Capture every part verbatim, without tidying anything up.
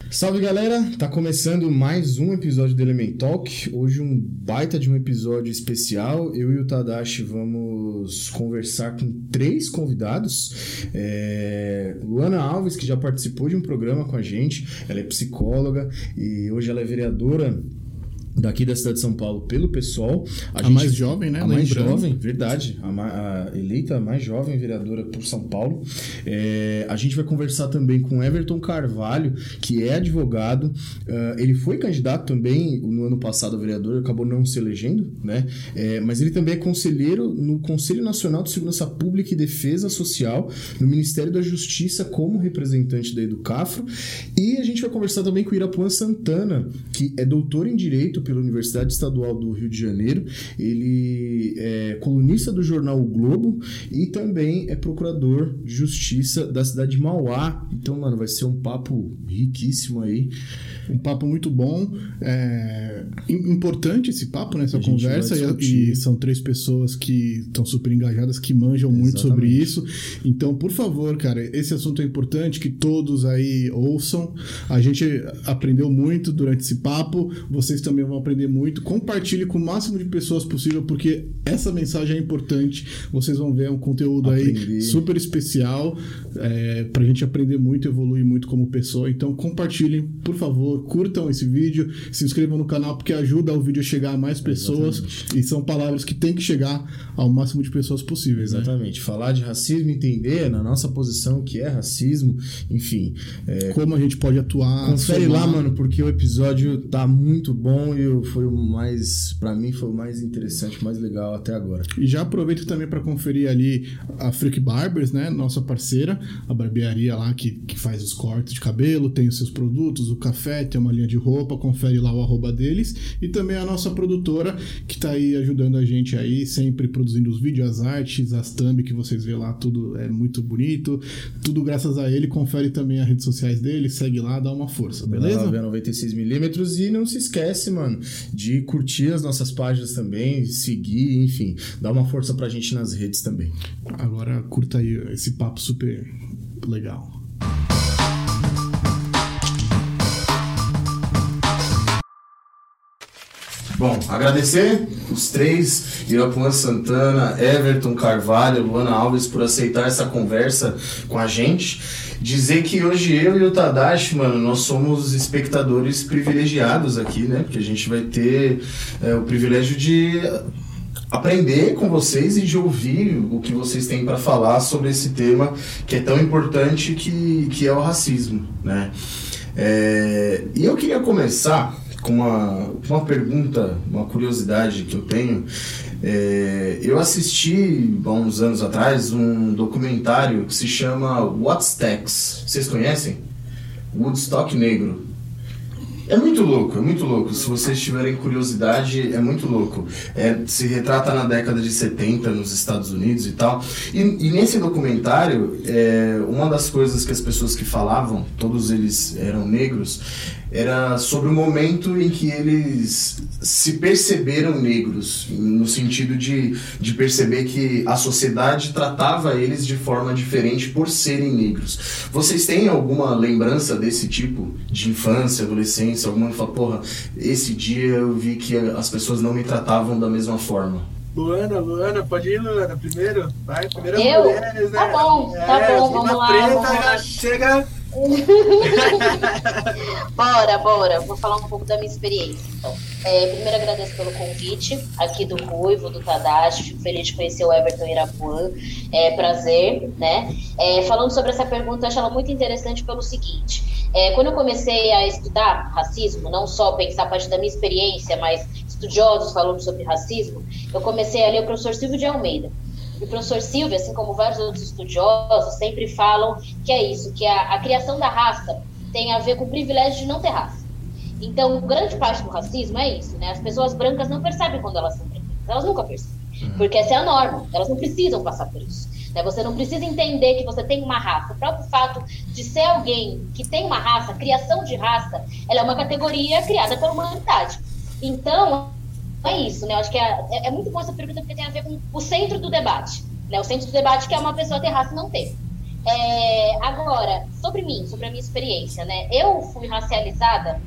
Salve galera, tá começando mais um episódio do Element Talk. Hoje um baita de um episódio especial. Eu e o Tadashi vamos conversar com três convidados. É... Luana Alves, que já participou de um programa com a gente, ela é psicóloga e hoje ela é vereadora daqui da cidade de São Paulo pelo PSOL. A, a gente, mais jovem, né? A mais jovem, verdade. A, ma, a eleita mais jovem vereadora por São Paulo. É, a gente vai conversar também com Everton Carvalho, que é advogado. Uh, ele foi candidato também no ano passado a vereador, acabou não se elegendo, né? É, mas ele também é conselheiro no Conselho Nacional de Segurança Pública e Defesa Social, no Ministério da Justiça, como representante da Educafro. E a gente vai conversar também com o Irapuan Santana, que é doutor em Direito pela Universidade Estadual do Rio de Janeiro. Ele é colunista do jornal O Globo e também é procurador de justiça da cidade de Mauá. Então, mano, vai ser um papo riquíssimo aí. Um papo muito bom. É importante esse papo, né? Essa conversa. E, e são três pessoas que estão super engajadas, que manjam muito Exatamente. Sobre isso. Então, por favor, cara, esse assunto é importante, que todos aí ouçam. A gente aprendeu muito durante esse papo. Vocês também vão aprender muito. Compartilhe com o máximo de pessoas possível, porque essa mensagem é importante. Vocês vão ver um conteúdo aprender. aí super especial, é, pra gente aprender muito, evoluir muito como pessoa. Então, compartilhem, por favor. Curtam esse vídeo, se inscrevam no canal, porque ajuda o vídeo a chegar a mais pessoas. Exatamente. E são palavras que tem que chegar ao máximo de pessoas possíveis. Exatamente. Né? Falar de racismo, entender na nossa posição o que é racismo, enfim. É... Como a gente pode atuar. Confere somar. lá, mano, porque o episódio tá muito bom e foi o mais, pra mim, foi o mais interessante, mais legal até agora. E já aproveito também para conferir ali a Freak Barbers, né? Nossa parceira, a barbearia lá que, que faz os cortes de cabelo, tem os seus produtos, o café, tem uma linha de roupa, confere lá o arroba deles. E também a nossa produtora, que tá aí ajudando a gente aí, sempre produzindo os vídeos, as artes, as thumb que vocês vê lá, tudo é muito bonito. Tudo graças a ele. Confere também as redes sociais dele, segue lá, dá uma força, beleza? noventa e seis milímetros. E não se esquece, mano, de curtir as nossas páginas também, seguir, enfim, dá uma força pra gente nas redes também. Agora curta aí esse papo super legal. Bom, agradecer os três, Irapuan Santana, Everton Carvalho, Luana Alves, por aceitar essa conversa com a gente. Dizer que hoje eu e o Tadashi, mano, nós somos espectadores privilegiados aqui, né? Porque a gente vai ter é, o privilégio de aprender com vocês e de ouvir o que vocês têm para falar sobre esse tema que é tão importante que, que é o racismo, né? É, e eu queria começar com uma, uma pergunta, uma curiosidade que eu tenho. É, eu assisti há uns anos atrás um documentário que se chama What's Tex. Vocês conhecem? Woodstock Negro. É muito louco, é muito louco. Se vocês tiverem curiosidade, é muito louco. É, se retrata na década de setenta nos Estados Unidos e tal. E, e nesse documentário, é, uma das coisas que as pessoas que falavam, todos eles eram negros, era sobre o momento em que eles se perceberam negros, no sentido de, de perceber que a sociedade tratava eles de forma diferente por serem negros. Vocês têm alguma lembrança desse tipo de infância, adolescência? Alguma fala, porra, esse dia eu vi que as pessoas não me tratavam da mesma forma. Luana, Luana, pode ir, Luana, primeiro. Vai, primeiro eu? mulheres, né? Tá bom, tá é, bom, vamos lá. Preta, vamos lá. Chega... bora, bora, vou falar um pouco da minha experiência. Então, é, primeiro agradeço pelo convite aqui do Ruivo, do Tadashi, fico feliz de conhecer o Everton Irapuan, é prazer, né? É, falando sobre essa pergunta, eu acho ela muito interessante pelo seguinte, é, quando eu comecei a estudar racismo, não só pensar a partir da minha experiência, mas estudiosos falando sobre racismo, eu comecei a ler o professor Silvio de Almeida. E o professor Silvio, assim como vários outros estudiosos, sempre falam que é isso, que a, a criação da raça tem a ver com o privilégio de não ter raça. Então, grande parte do racismo é isso, né? As pessoas brancas não percebem quando elas são brancas, elas nunca percebem, porque essa é a norma, elas não precisam passar por isso. Né? Você não precisa entender que você tem uma raça. O próprio fato de ser alguém que tem uma raça, criação de raça, ela é uma categoria criada pela humanidade. Então, é isso, né? Eu acho que é, é, é muito bom essa pergunta, porque tem a ver com o centro do debate, né? O centro do debate que é uma pessoa ter raça e não ter. É, agora, sobre mim, sobre a minha experiência, né? Eu fui racializada,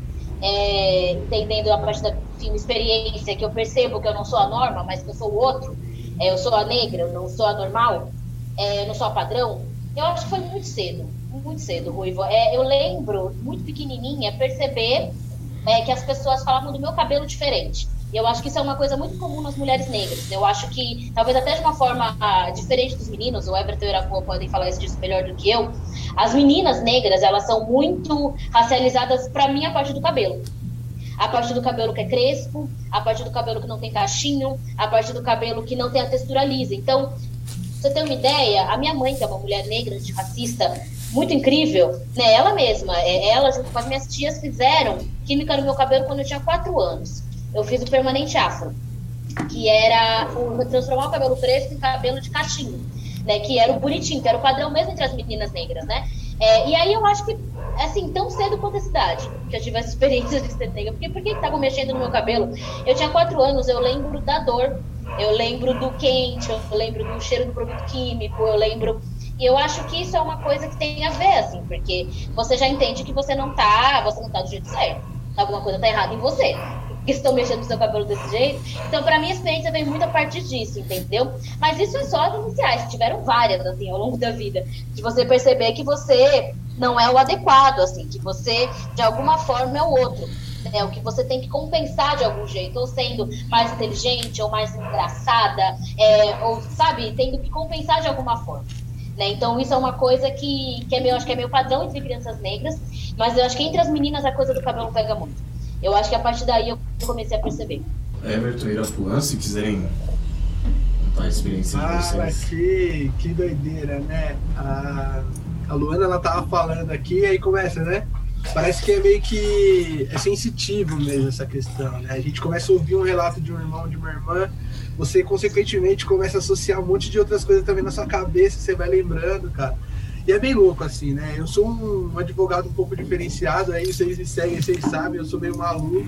é, entendendo a partir da minha experiência, que eu percebo que eu não sou a norma, mas que eu sou o outro. É, eu sou a negra, eu não sou a normal, é, eu não sou a padrão. Eu acho que foi muito cedo, muito cedo, Ruivo. É, eu lembro, muito pequenininha, perceber é, que as pessoas falavam do meu cabelo diferente. E eu acho que isso é uma coisa muito comum nas mulheres negras. Eu acho que, talvez até de uma forma ah, diferente dos meninos, o Everton e o Irapuã podem falar isso disso melhor do que eu, as meninas negras, elas são muito racializadas, pra mim, a parte do cabelo. A parte do cabelo que é crespo, a parte do cabelo que não tem cachinho, a parte do cabelo que não tem a textura lisa. Então, pra você ter uma ideia, a minha mãe, que é uma mulher negra, antirracista, muito incrível, né? Ela mesma, ela junto com as minhas tias fizeram química no meu cabelo quando eu tinha quatro anos. Eu fiz o permanente afro, que era o, transformar o cabelo crespo em cabelo de cachinho, né? Que era o bonitinho, que era o padrão mesmo entre as meninas negras, né? É, e aí eu acho que, assim, tão cedo quanto a cidade, que eu tive essa experiência de ser negra, porque por que estavam mexendo no meu cabelo? Eu tinha quatro anos, eu lembro da dor, eu lembro do quente, eu lembro do cheiro do produto químico, eu lembro... E eu acho que isso é uma coisa que tem a ver, assim, porque você já entende que você não tá, você não tá do jeito certo, alguma coisa tá errada em você, que estão mexendo no seu cabelo desse jeito. Então, pra mim, a experiência vem muito a partir disso, entendeu? Mas isso é só as iniciais, tiveram várias, assim, ao longo da vida, de você perceber que você não é o adequado, assim, que você, de alguma forma, é o outro, né? O que você tem que compensar de algum jeito, ou sendo mais inteligente, ou mais engraçada, é, ou, sabe, tendo que compensar de alguma forma. Né? Então isso é uma coisa que, que é meu, acho que é meu padrão entre crianças negras, mas eu acho que entre as meninas a coisa do cabelo pega muito. Eu acho que a partir daí eu comecei a perceber. Everton e Irapuã, se quiserem contar a experiência de ah, vocês. Mas que, que doideira, né? A, a Luana, ela tava falando aqui, aí começa, né? Parece que é meio que é sensitivo mesmo essa questão, né? A gente começa a ouvir um relato de um irmão, de uma irmã, você consequentemente começa a associar um monte de outras coisas também na sua cabeça, você vai lembrando, cara. E é bem louco, assim, né? Eu sou um advogado um pouco diferenciado, aí vocês me seguem, vocês sabem, eu sou meio maluco.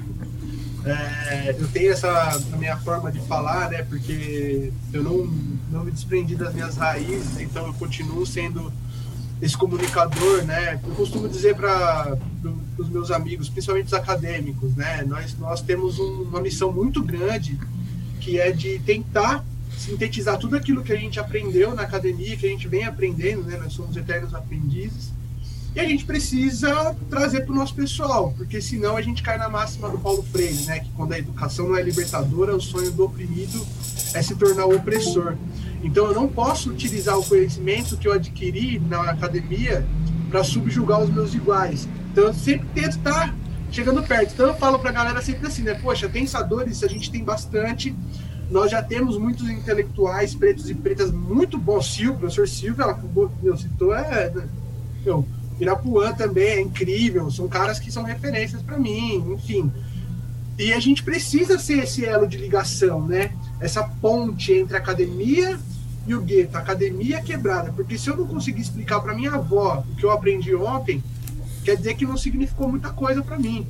É, eu tenho essa a minha forma de falar, né? Porque eu não, não me desprendi das minhas raízes, então eu continuo sendo esse comunicador, né? Eu costumo dizer para os meus amigos, principalmente os acadêmicos, né? Nós, nós temos um, uma missão muito grande, que é de tentar sintetizar tudo aquilo que a gente aprendeu na academia, que a gente vem aprendendo, né? Nós somos eternos aprendizes, e a gente precisa trazer para o nosso pessoal, porque senão a gente cai na máxima do Paulo Freire, né? Que quando a educação não é libertadora, o sonho do oprimido é se tornar o opressor. Então eu não posso utilizar o conhecimento que eu adquiri na academia para subjugar os meus iguais. Então eu sempre tento estar chegando perto. Então eu falo para a galera sempre assim, né? Poxa, pensadores a gente tem bastante. Nós já temos muitos intelectuais pretos e pretas muito bons. Silvio, o professor Silvio, ela meu, citou, é... Meu, Irapuã também é incrível. São caras que são referências para mim, enfim. E a gente precisa ser esse elo de ligação, né? Essa ponte entre a academia e o gueto, a academia quebrada. Porque se eu não conseguir explicar para minha avó o que eu aprendi ontem, quer dizer que não significou muita coisa para mim.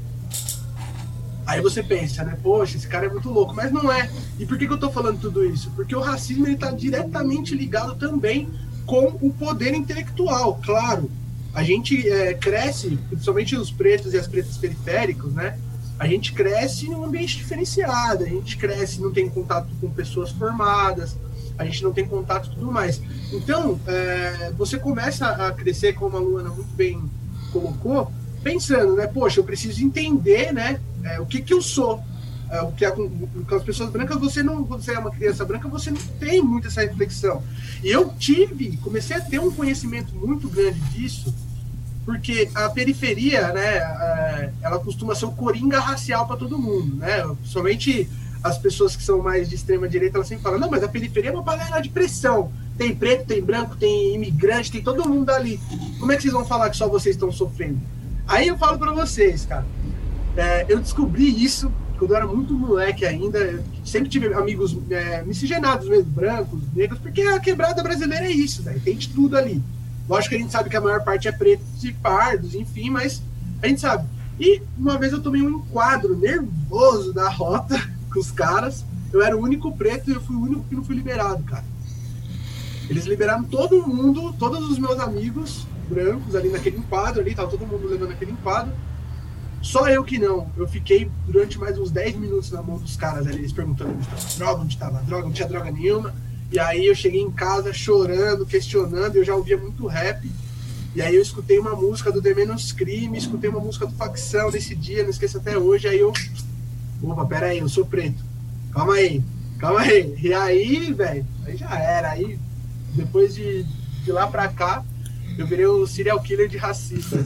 Aí você pensa, né? Poxa, esse cara é muito louco. Mas não é. E por que, que eu tô falando tudo isso? Porque o racismo está diretamente ligado também com o poder intelectual, claro. A gente é, cresce, principalmente os pretos e as pretas periféricos, né? A gente cresce em um ambiente diferenciado, a gente cresce, não tem contato com pessoas formadas, a gente não tem contato e tudo mais. Então, é, você começa a crescer, como a Luana muito bem colocou, pensando, né? Poxa, eu preciso entender, né? É, o que que eu sou. É, o que é, com, com as pessoas brancas, você não, você é uma criança branca, você não tem muito essa reflexão. E eu tive, comecei a ter um conhecimento muito grande disso, porque a periferia, né, ela costuma ser o coringa racial para todo mundo, né? Somente as pessoas que são mais de extrema direita, elas sempre falam, não, mas a periferia é uma panela de pressão. Tem preto, tem branco, tem imigrante, tem todo mundo ali. Como é que vocês vão falar que só vocês estão sofrendo? Aí eu falo para vocês, cara, é, eu descobri isso quando eu era muito moleque ainda. Eu sempre tive amigos é, miscigenados mesmo, brancos, negros, porque a quebrada brasileira é isso, né? Tem de tudo ali. Lógico que a gente sabe que a maior parte é pretos e pardos, enfim, mas a gente sabe. E uma vez eu tomei um enquadro nervoso da rota com os caras. Eu era o único preto e eu fui o único que não fui liberado, cara. Eles liberaram todo mundo, todos os meus amigos brancos ali naquele enquadro ali, tava todo mundo levando aquele enquadro. Só eu que não. Eu fiquei durante mais uns dez minutos na mão dos caras ali, eles perguntando onde estava droga, onde estava droga, não tinha droga nenhuma. E aí eu cheguei em casa chorando, questionando, eu já ouvia muito rap. E aí eu escutei uma música do The Menos Crime, escutei uma música do Facção nesse dia, não esqueço até hoje. Aí eu... Opa, pera aí, eu sou preto. Calma aí, calma aí. E aí, velho, aí já era. Aí, depois de, de lá pra cá, eu virei o serial killer de racista.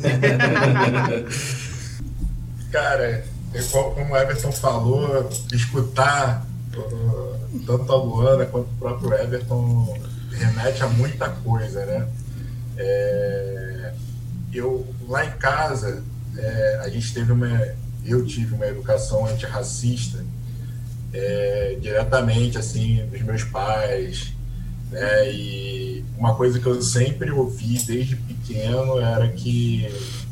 Cara, como o Everton falou, escutar uh, tanto a Luana quanto o próprio Everton remete a muita coisa, né? É, eu, lá em casa, é, a gente teve uma, eu tive uma educação antirracista é, diretamente, assim, dos meus pais, né? E uma coisa que eu sempre ouvi desde pequeno era que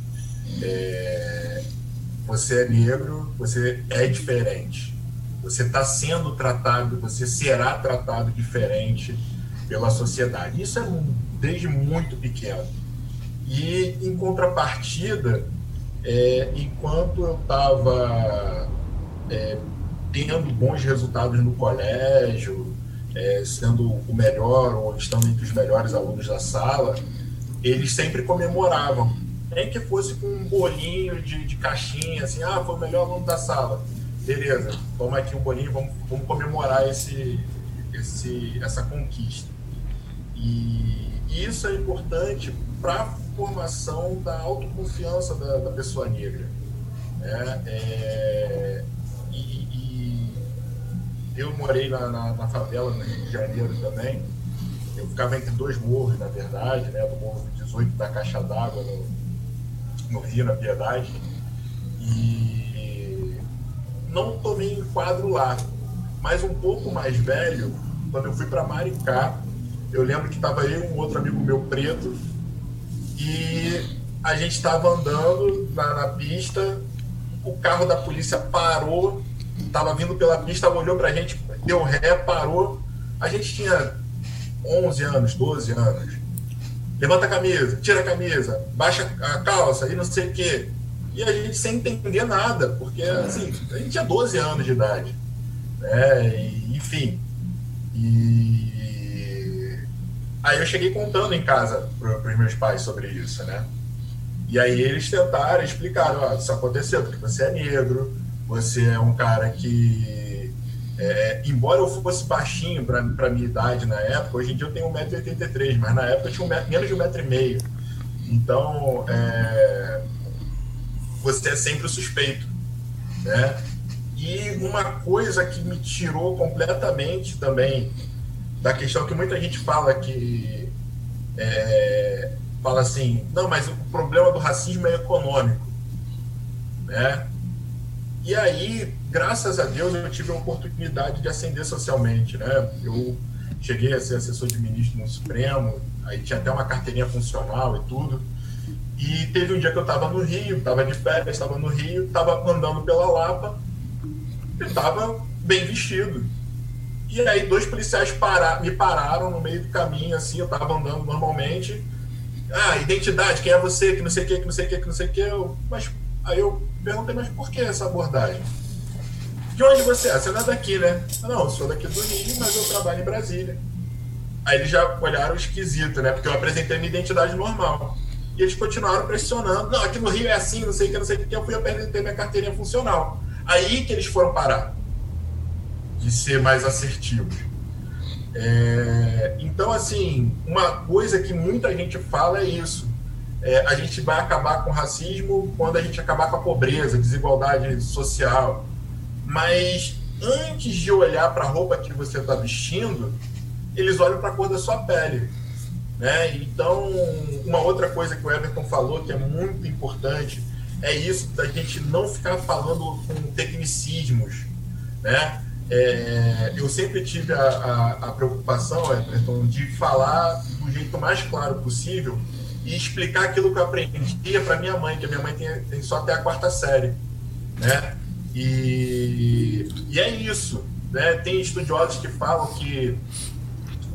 é, você é negro, você é diferente. Você está sendo tratado, você será tratado diferente pela sociedade. Isso é desde muito pequeno. E, em contrapartida, é, enquanto eu estava é, tendo bons resultados no colégio, é, sendo o melhor ou estando entre os melhores alunos da sala, eles sempre comemoravam. Nem que fosse com um bolinho de, de caixinha, assim, ah, foi o melhor aluno da sala. Beleza, toma aqui um bolinho, vamos, vamos comemorar esse, esse, essa conquista. E isso é importante para a formação da autoconfiança da, da pessoa negra. Né? É, e, e eu morei na, na, na favela, no Rio de Janeiro também. Eu ficava entre dois morros, na verdade, né? Do Morro dezoito da Caixa d'Água, no, no Rio, na Piedade. E não tomei enquadro lá. Mas um pouco mais velho, quando eu fui para Maricá, eu lembro que estava eu e um outro amigo meu preto, e a gente estava andando na, na pista, o carro da polícia parou, estava vindo pela pista, olhou pra gente, deu ré, parou. A gente tinha onze anos, doze anos. Levanta a camisa, tira a camisa, baixa a calça e não sei o quê. E a gente sem entender nada, porque assim, a gente tinha doze anos de idade. Né? E, enfim. E aí eu cheguei contando em casa para os meus pais sobre isso, né? E aí eles tentaram explicar, ó, isso aconteceu porque você é negro, você é um cara que, é, embora eu fosse baixinho para a minha idade na época, hoje em dia eu tenho um metro e oitenta e três, mas na época eu tinha um metro, menos de um metro e meio. Então, é, você é sempre o suspeito, né? E uma coisa que me tirou completamente também da questão que muita gente fala que é, fala assim, não, mas o problema do racismo é econômico, né? E aí, graças a Deus, eu tive a oportunidade de ascender socialmente, né? Eu cheguei a ser assessor de ministro no Supremo, aí tinha até uma carteirinha funcional e tudo. E teve um dia que eu estava no Rio, estava de férias, estava no Rio, estava andando pela Lapa e estava bem vestido. E aí dois policiais para, me pararam no meio do caminho, assim, eu estava andando normalmente. Ah, identidade, quem é você, que não sei o que, que não sei o que, que não sei o que. Eu, mas, aí eu perguntei, mas por que essa abordagem? De onde você é? Você não é daqui, né? Não, eu sou daqui do Rio, mas eu trabalho em Brasília. Aí eles já olharam esquisito, né? Porque eu apresentei minha identidade normal. E eles continuaram pressionando. Não, aqui no Rio é assim, não sei o que, não sei o que. Eu fui apresentar minha carteirinha funcional. Aí que eles foram parar de ser mais assertivos. É, então, assim, uma coisa que muita gente fala é isso. É, a gente vai acabar com o racismo quando a gente acabar com a pobreza, desigualdade social. Mas antes de olhar para a roupa que você está vestindo, eles olham para a cor da sua pele. Né? Então, uma outra coisa que o Everton falou que é muito importante é isso da gente não ficar falando com tecnicismos, né? É, eu sempre tive a, a, a preocupação, Everton, de falar do jeito mais claro possível e explicar aquilo que eu aprendia para minha mãe, que a minha mãe tem, tem só até a quarta série, né? E, e é isso, né? Tem estudiosos que falam que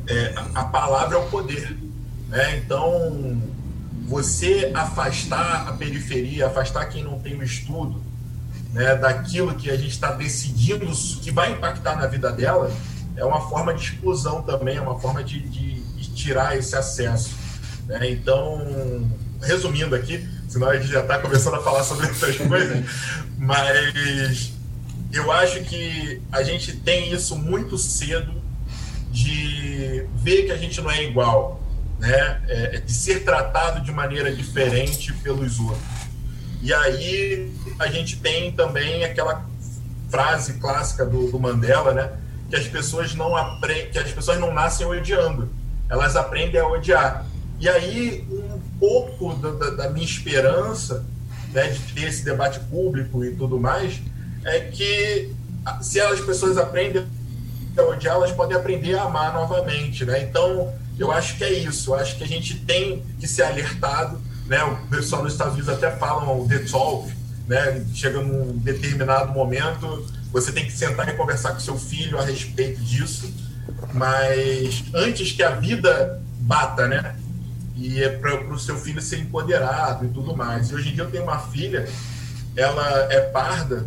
é, a palavra é o poder, né? Então, você afastar a periferia, afastar quem não tem o estudo, né, daquilo que a gente está decidindo que vai impactar na vida dela, é uma forma de exclusão também, é uma forma de, de, de tirar esse acesso, né? Então, resumindo aqui, senão a gente já está começando a falar sobre essas coisas, mas eu acho que a gente tem isso muito cedo, de ver que a gente não é igual, né? É, de ser tratado de maneira diferente pelos outros. E aí a gente tem também aquela frase clássica do, do Mandela, né? Que as pessoas não aprendem, que as pessoas não nascem odiando, elas aprendem a odiar. E aí um pouco da, da minha esperança, né, de ter esse debate público e tudo mais, é que se as pessoas aprendem a odiar, elas podem aprender a amar novamente, né? Então, eu acho que é isso. Eu acho que a gente tem que ser alertado, né? O pessoal nos Estados Unidos até falam o the talk, né? Chega num determinado momento, você tem que sentar e conversar com seu filho a respeito disso, mas antes que a vida bata, né? E é para o seu filho ser empoderado e tudo mais. E hoje em dia eu tenho uma filha, ela é parda,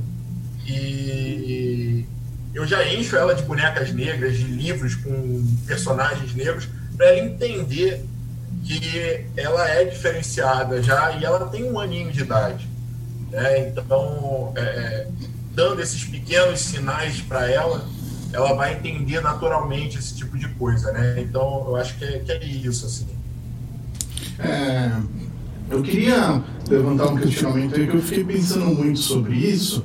e eu já encho ela de bonecas negras, de livros com personagens negros, para ela entender que ela é diferenciada já, e ela tem um aninho de idade, né? Então, é, dando esses pequenos sinais para ela, ela vai entender naturalmente esse tipo de coisa, né? Então, eu acho que é, que é isso, assim. É, eu queria levantar um questionamento aí, que eu fiquei pensando muito sobre isso,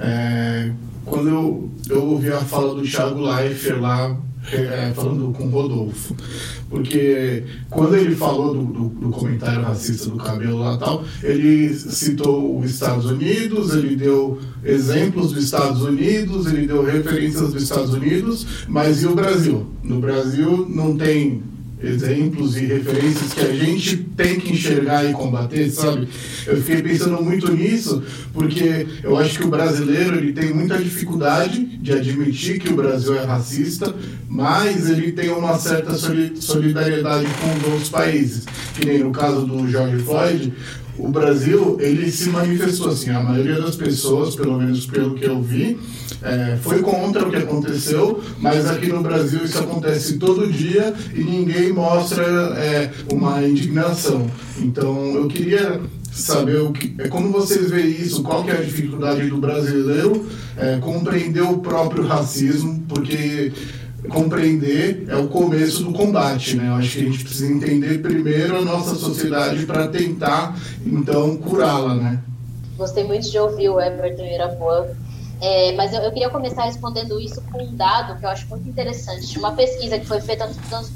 é, quando eu, eu ouvi a fala do Thiago Leifert lá, é, falando com o Rodolfo, porque quando ele falou do, do, do comentário racista do cabelo lá e tal, ele citou os Estados Unidos, ele deu exemplos dos Estados Unidos, ele deu referências dos Estados Unidos, mas e o Brasil? No Brasil não tem exemplos e referências que a gente tem que enxergar e combater, sabe? Eu fiquei pensando muito nisso, porque eu acho que o brasileiro ele tem muita dificuldade de admitir que o Brasil é racista, mas ele tem uma certa solidariedade com os outros países, que nem no caso do George Floyd. O Brasil, ele se manifestou assim, a maioria das pessoas, pelo menos pelo que eu vi, é, foi contra o que aconteceu, mas aqui no Brasil isso acontece todo dia e ninguém mostra é, uma indignação. Então, eu queria saber o que, é, como vocês veem isso, qual que é a dificuldade do brasileiro é, compreender o próprio racismo, porque compreender é o começo do combate, né? Eu acho que a gente precisa entender primeiro a nossa sociedade para tentar, então, curá-la, né? Gostei muito de ouvir o Everton Irapuã, é, mas eu, eu queria começar respondendo isso com um dado que eu acho muito interessante, de uma pesquisa que foi feita nos anos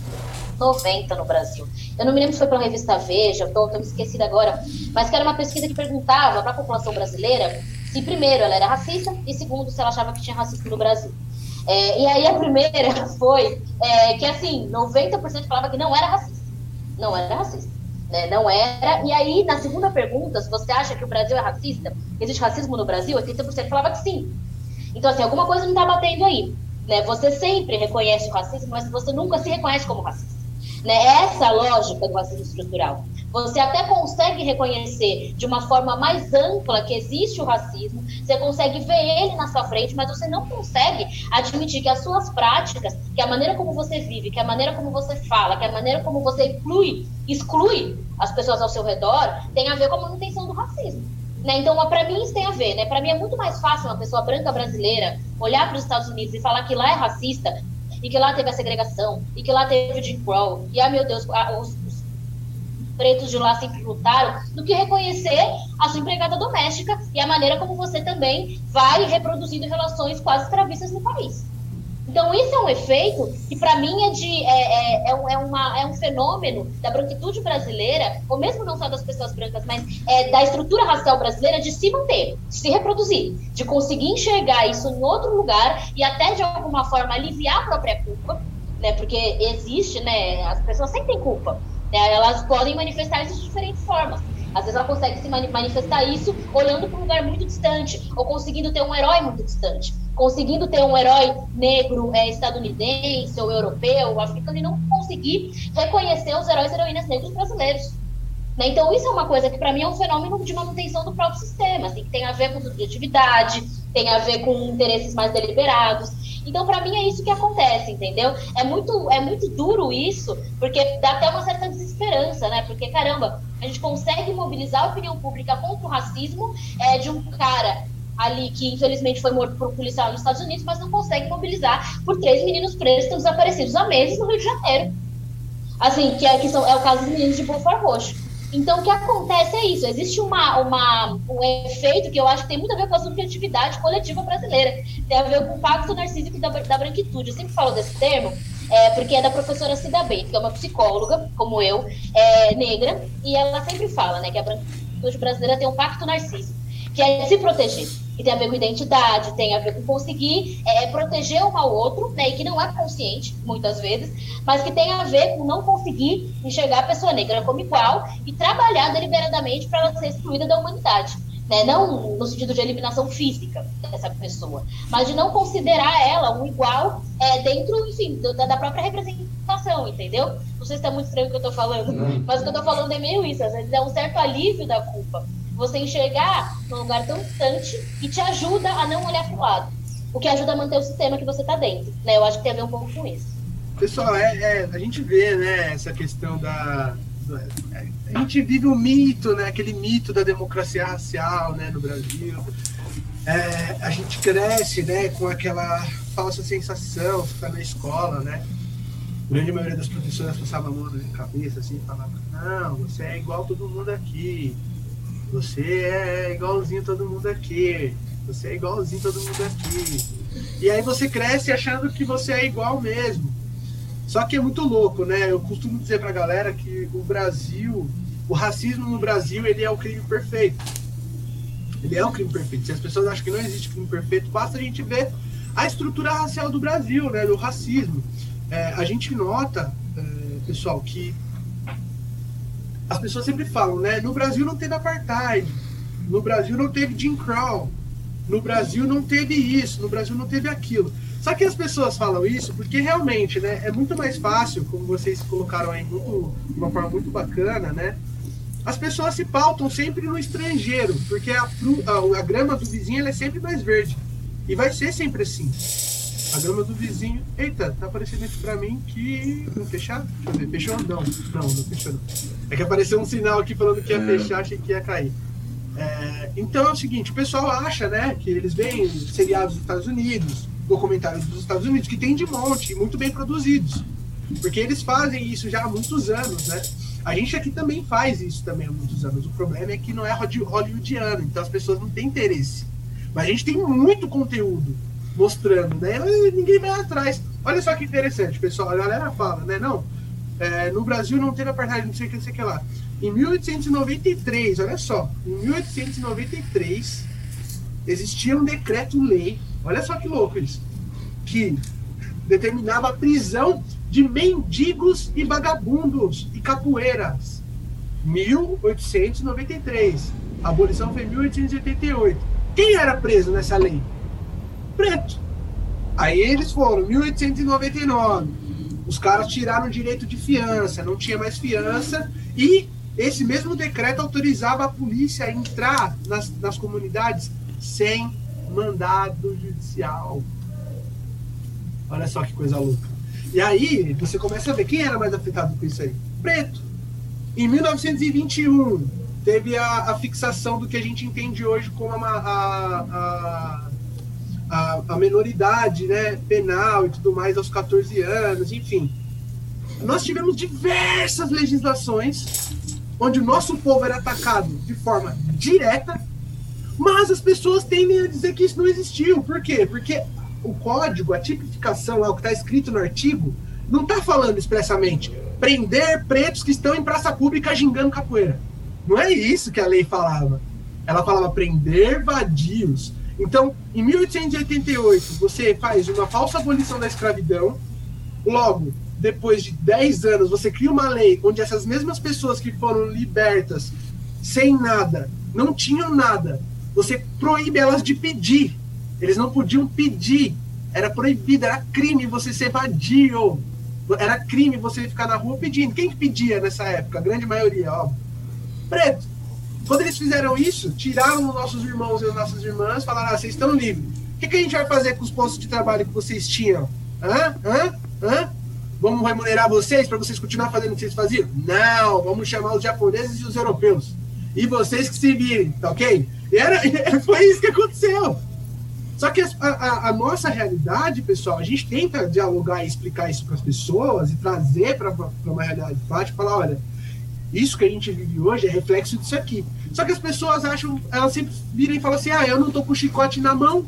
noventa no Brasil. Eu não me lembro se foi para a revista Veja, estou me esquecida agora, mas que era uma pesquisa que perguntava para a população brasileira se, primeiro, ela era racista e, segundo, se ela achava que tinha racismo no Brasil. É, e aí a primeira foi é, que, assim, noventa por cento falava que não era racista. Não era racista, né? Não era. E aí, na segunda pergunta, se você acha que o Brasil é racista, existe racismo no Brasil, oitenta por cento falava que sim. Então, assim, alguma coisa não está batendo aí, né? Você sempre reconhece o racismo, mas você nunca se reconhece como racista, né? Essa é a lógica do racismo estrutural. Você até consegue reconhecer de uma forma mais ampla que existe o racismo, você consegue ver ele na sua frente, mas você não consegue admitir que as suas práticas, que a maneira como você vive, que a maneira como você fala, que a maneira como você inclui, exclui as pessoas ao seu redor, tem a ver com a manutenção do racismo, né? Então, para mim, isso tem a ver, né? Para mim é muito mais fácil uma pessoa branca brasileira olhar para os Estados Unidos e falar que lá é racista, e que lá teve a segregação, e que lá teve o Jim Crow, e, ah, meu Deus, os, os pretos de lá sempre lutaram, do que reconhecer a sua empregada doméstica e a maneira como você também vai reproduzindo relações quase escravistas no país. Então, isso é um efeito que, para mim, é, de, é, é, é, uma, é um fenômeno da branquitude brasileira, ou mesmo não só das pessoas brancas, mas é, da estrutura racial brasileira de se manter, de se reproduzir, de conseguir enxergar isso em outro lugar e até, de alguma forma, aliviar a própria culpa, né? Porque existe, né? As pessoas sempre têm culpa, né? Elas podem manifestar isso de diferentes formas. Às vezes ela consegue se manifestar isso olhando para um lugar muito distante, ou conseguindo ter um herói muito distante. conseguindo ter um herói negro é, estadunidense ou europeu ou africano e não conseguir reconhecer os heróis e heroínas negros brasileiros. Né? Então isso é uma coisa que para mim é um fenômeno de manutenção do próprio sistema, assim, que tem a ver com subjetividade, tem a ver com interesses mais deliberados. Então, para mim, é isso que acontece, entendeu? É muito, é muito duro isso, porque dá até uma certa desesperança, né? Porque, caramba, a gente consegue mobilizar a opinião pública contra o racismo é, de um cara ali que, infelizmente, foi morto por um policial nos Estados Unidos, mas não consegue mobilizar por três meninos presos que estão desaparecidos há meses no Rio de Janeiro. Assim, que é, que são, é o caso dos meninos de Belfort Roxo. Então, o que acontece é isso. Existe uma, uma, um efeito que eu acho que tem muito a ver com a subjetividade coletiva brasileira. Tem a ver com o pacto narcísico da, da branquitude. Eu sempre falo desse termo, é, porque é da professora Cida Bento, que é uma psicóloga, como eu, é, negra, e ela sempre fala, né, que a branquitude brasileira tem um pacto narcísico, que é se proteger. Que tem a ver com identidade, tem a ver com conseguir é, proteger um ao outro, né, e que não é consciente, muitas vezes, mas que tem a ver com não conseguir enxergar a pessoa negra como igual e trabalhar deliberadamente para ela ser excluída da humanidade. Né? Não no sentido de eliminação física dessa pessoa, mas de não considerar ela um igual é, dentro, enfim, do, da própria representação, entendeu? Não sei se está muito estranho o que eu estou falando, não. Mas o que eu estou falando é meio isso, às vezes é um certo alívio da culpa. Você enxergar num lugar tão distante e te ajuda a não olhar para o lado. O que ajuda a manter o sistema que você está dentro. Né? Eu acho que tem a ver um pouco com isso. Pessoal, é, é, a gente vê, né, essa questão da... A gente vive o mito, né, aquele mito da democracia racial, né, no Brasil. É, a gente cresce, né, com aquela falsa sensação, você está na escola, né? A grande maioria das professoras passava a mão na cabeça, assim, e falava, não, você é igual todo mundo aqui. Você é igualzinho todo mundo aqui. Você é igualzinho todo mundo aqui. E aí você cresce achando que você é igual mesmo. Só que é muito louco, né? Eu costumo dizer pra galera que o Brasil, o racismo no Brasil, ele é o crime perfeito. Ele é o crime perfeito. Se as pessoas acham que não existe crime perfeito, basta a gente ver a estrutura racial do Brasil, né? Do racismo. É, a gente nota, é, pessoal, que as pessoas sempre falam, né? No Brasil não teve apartheid, no Brasil não teve Jim Crow, no Brasil não teve isso, no Brasil não teve aquilo. Só que as pessoas falam isso porque realmente, né? É muito mais fácil, como vocês colocaram aí muito, de uma forma muito bacana, né? As pessoas se pautam sempre no estrangeiro, porque a, a, a grama do vizinho ela é sempre mais verde. E vai ser sempre assim. A grama do vizinho... Eita, tá aparecendo aqui pra mim que... Não fechar? Deixa eu ver. Fechou? Não. Não, não fechou não. É que apareceu um sinal aqui falando que ia fechar, achei que ia cair. É, então é o seguinte, o pessoal acha, né, que eles veem seriados dos Estados Unidos, documentários dos Estados Unidos, que tem de monte, muito bem produzidos. Porque eles fazem isso já há muitos anos, né? A gente aqui também faz isso também há muitos anos. O problema é que não é hollywoodiano, então as pessoas não têm interesse. Mas a gente tem muito conteúdo mostrando, né? Ninguém vai atrás. Olha só que interessante, pessoal. A galera fala, né? Não, é, no Brasil não teve apartheid, não sei o que, não sei o que lá. Em mil oitocentos e noventa e três, olha só, em mil oitocentos e noventa e três existia um decreto-lei, olha só que louco isso, que determinava a prisão de mendigos e vagabundos e capoeiras. mil oitocentos e noventa e três. A abolição foi em mil oitocentos e oitenta e oito. Quem era preso nessa lei? Preto. Aí eles foram, mil oitocentos e noventa e nove. Os caras tiraram o direito de fiança, não tinha mais fiança, e esse mesmo decreto autorizava a polícia a entrar nas, nas comunidades sem mandado judicial. Olha só que coisa louca. E aí você começa a ver quem era mais afetado com isso aí. Preto. Em mil novecentos e vinte e um, teve a, a fixação do que a gente entende hoje como a, a, a, a, a menoridade, né, penal e tudo mais aos catorze anos, enfim. Nós tivemos diversas legislações onde o nosso povo era atacado de forma direta, mas as pessoas tendem a dizer que isso não existiu. Por quê? Porque o código, a tipificação lá, o que está escrito no artigo, não está falando expressamente prender pretos que estão em praça pública gingando capoeira. Não é isso que a lei falava. Ela falava prender vadios. Então, em mil oitocentos e oitenta e oito, você faz uma falsa abolição da escravidão. Logo, depois de dez anos, você cria uma lei onde essas mesmas pessoas que foram libertas sem nada, não tinham nada, você proíbe elas de pedir. Eles não podiam pedir. Era proibido, era crime você ser vadio. Era crime você ficar na rua pedindo. Quem que pedia nessa época? A grande maioria, ó. Preto. Quando eles fizeram isso, tiraram os nossos irmãos e as nossas irmãs, falaram, ah, vocês estão livres. O que, que a gente vai fazer com os postos de trabalho que vocês tinham? Hã? Hã? Hã? Vamos remunerar vocês para vocês continuar fazendo o que vocês faziam? Não, vamos chamar os japoneses e os europeus. E vocês que se virem, tá ok? E era, foi isso que aconteceu. Só que a, a, a nossa realidade, pessoal, a gente tenta dialogar e explicar isso para as pessoas e trazer para uma realidade prática, falar, olha, isso que a gente vive hoje é reflexo disso aqui. Só que as pessoas acham, elas sempre viram e falam assim, ah, eu não tô com o chicote na mão.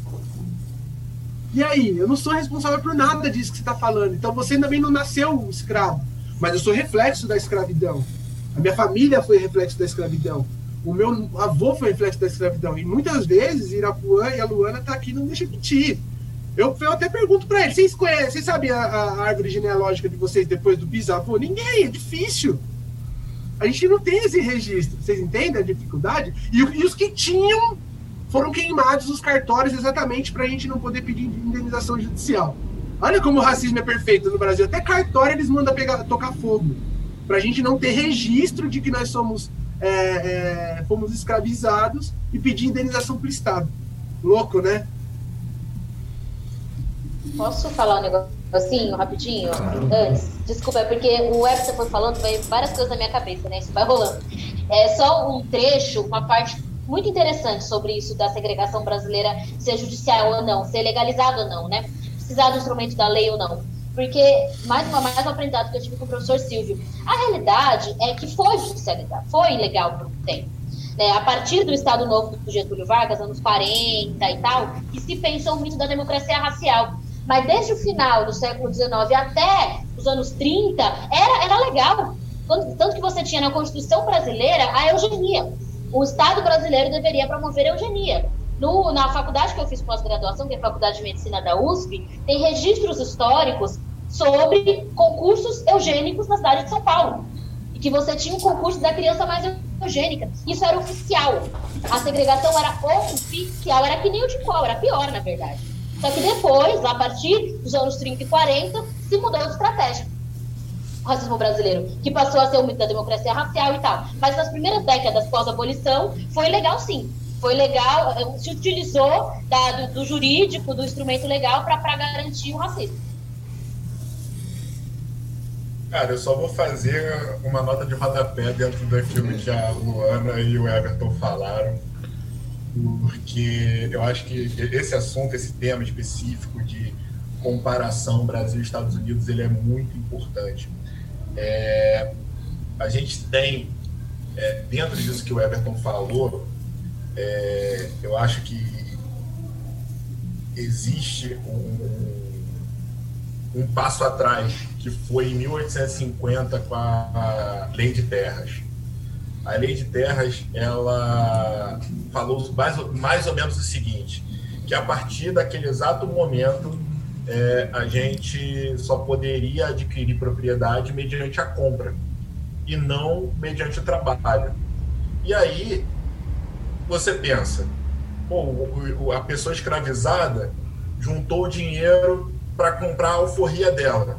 E aí? Eu não sou responsável por nada disso que você está falando. Então você também não nasceu escravo. Mas eu sou reflexo da escravidão. A minha família foi reflexo da escravidão. O meu avô foi reflexo da escravidão. E muitas vezes, Irapuã e a Luana tá aqui, não deixa mentir. Eu, eu até pergunto para eles, vocês conhecem, vocês sabem a, a árvore genealógica de vocês depois do bisavô? Ninguém, é difícil. A gente não tem esse registro. Vocês entendem a dificuldade? E, e os que tinham foram queimados os cartórios exatamente para a gente não poder pedir indenização judicial. Olha como o racismo é perfeito no Brasil. Até cartório eles mandam pegar, tocar fogo. Para a gente não ter registro de que nós somos... É, é, fomos escravizados e pedir indenização para o Estado. Louco, né? Posso falar um negocinho rapidinho? Claro. Antes, desculpa, é porque o Everton foi falando, veio várias coisas na minha cabeça, né? Isso vai rolando. É só um trecho, uma parte muito interessante sobre isso da segregação brasileira, ser judicial ou não, ser legalizado ou não, né? Precisar do instrumento da lei ou não. Porque, mais uma mais um aprendizado que eu tive com o professor Silvio, a realidade é que foi judicializado, foi ilegal por um tempo. Né? A partir do Estado Novo do Getúlio Vargas, anos quarenta e tal, que se pensou o mito da democracia racial. Mas desde o final do século dezenove até os anos trinta, era, era legal. Tanto que você tinha na Constituição brasileira a eugenia. O Estado brasileiro deveria promover a eugenia. No, na faculdade que eu fiz pós-graduação, que é a Faculdade de Medicina da U S P, tem registros históricos sobre concursos eugênicos na cidade de São Paulo. E que você tinha um concurso da criança mais eugênica. Isso era oficial. A segregação era oficial, era que nem o de qual, era pior, na verdade. Só que depois, a partir dos anos trinta e quarenta, se mudou de estratégia. O racismo brasileiro, que passou a ser o mito da democracia racial e tal. Mas nas primeiras décadas pós-abolição, foi legal sim. Foi legal, se utilizou da, do, do jurídico, do instrumento legal para garantir o racismo. Cara, eu só vou fazer uma nota de rodapé dentro daquilo que a Luana e o Everton falaram, porque eu acho que esse assunto, esse tema específico de comparação Brasil e Estados Unidos, ele é muito importante. É, a gente tem, é, dentro disso que o Everton falou, É, eu acho que existe um, um passo atrás, que foi em mil oitocentos e cinquenta com a Lei de Terras. A Lei de Terras, ela falou mais, mais ou menos o seguinte, que a partir daquele exato momento é, a gente só poderia adquirir propriedade mediante a compra e não mediante o trabalho. E aí você pensa, pô, a pessoa escravizada juntou o dinheiro para comprar a alforria dela.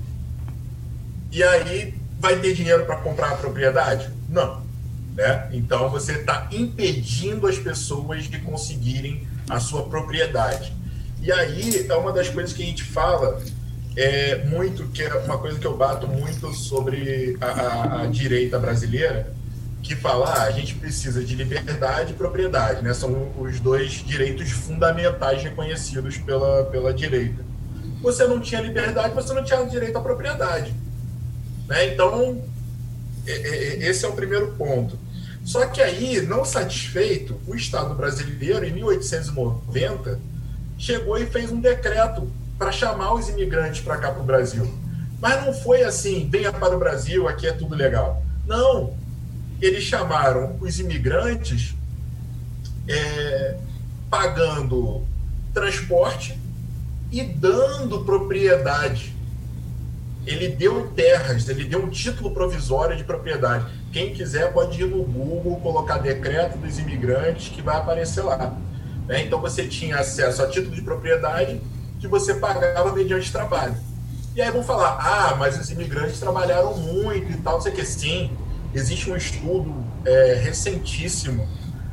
E aí vai ter dinheiro para comprar a propriedade? Não. Né? Então você está impedindo as pessoas de conseguirem a sua propriedade. E aí é uma das coisas que a gente fala é, muito, que é uma coisa que eu bato muito sobre a, a, a direita brasileira, que fala, ah, a gente precisa de liberdade e propriedade, né? São os dois direitos fundamentais reconhecidos pela, pela direita. Você não tinha liberdade, você não tinha direito à propriedade. Né? Então, esse é o primeiro ponto. Só que aí, não satisfeito, o Estado brasileiro, em mil oitocentos e noventa, chegou e fez um decreto para chamar os imigrantes para cá, para o Brasil. Mas não foi assim, venha para o Brasil, aqui é tudo legal. Não. Eles chamaram os imigrantes é, pagando transporte e dando propriedade. Ele deu terras, ele deu um título provisório de propriedade. Quem quiser pode ir no Google, colocar decreto dos imigrantes, que vai aparecer lá. né? Então você tinha acesso a título de propriedade que você pagava mediante trabalho. E aí vão falar, ah, mas os imigrantes trabalharam muito e tal, não sei o que. Sim, existe um estudo é, recentíssimo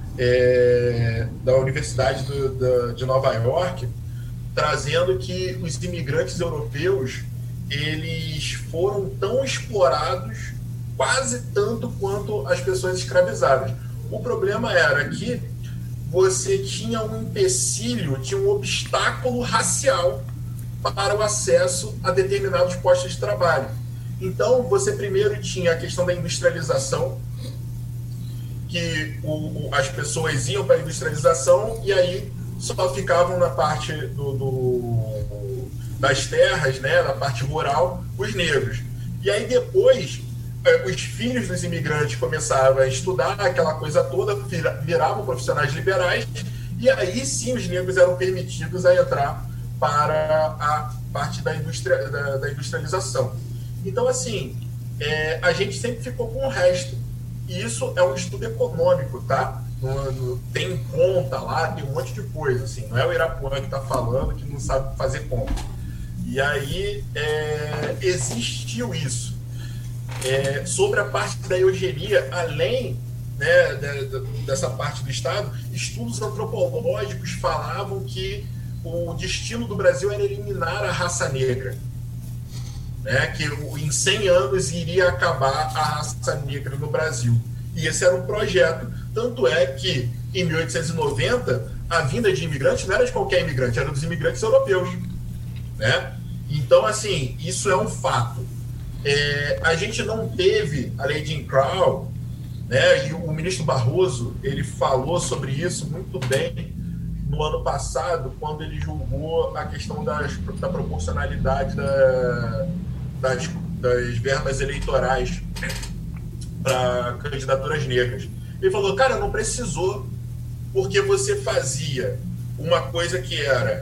é, da Universidade do, da, de Nova York, trazendo que os imigrantes europeus, eles foram tão explorados quase tanto quanto as pessoas escravizadas. O problema era que você tinha um empecilho, tinha um obstáculo racial para o acesso a determinados postos de trabalho. Então, você primeiro tinha a questão da industrialização, que o, o, as pessoas iam para a industrialização e aí só ficavam na parte do, do, das terras, né, na parte rural, os negros. E aí depois, os filhos dos imigrantes começavam a estudar aquela coisa toda, viravam profissionais liberais, e aí sim os negros eram permitidos a entrar para a parte da, indústria, da, da industrialização. Então, assim, é, a gente sempre ficou com o resto. E isso é um estudo econômico, tá? No, no, tem conta lá, tem um monte de coisa, assim. Não é o Irapuã que está falando que não sabe fazer conta. E aí, é, existiu isso. É, sobre a parte da eugenia, além, né, de, de, dessa parte do Estado, estudos antropológicos falavam que o destino do Brasil era eliminar a raça negra, né? Que em cem anos iria acabar a raça negra no Brasil. E esse era um projeto. Tanto é que, em mil oitocentos e noventa, a vinda de imigrantes não era de qualquer imigrante, era dos imigrantes europeus, né? Então, assim, isso é um fato. É, a gente não teve a lei de Jim Crow, né? E o ministro Barroso, ele falou sobre isso muito bem no ano passado, quando ele julgou a questão das, da proporcionalidade da, das, das verbas eleitorais para candidaturas negras. Ele falou, cara, não precisou, porque você fazia uma coisa que era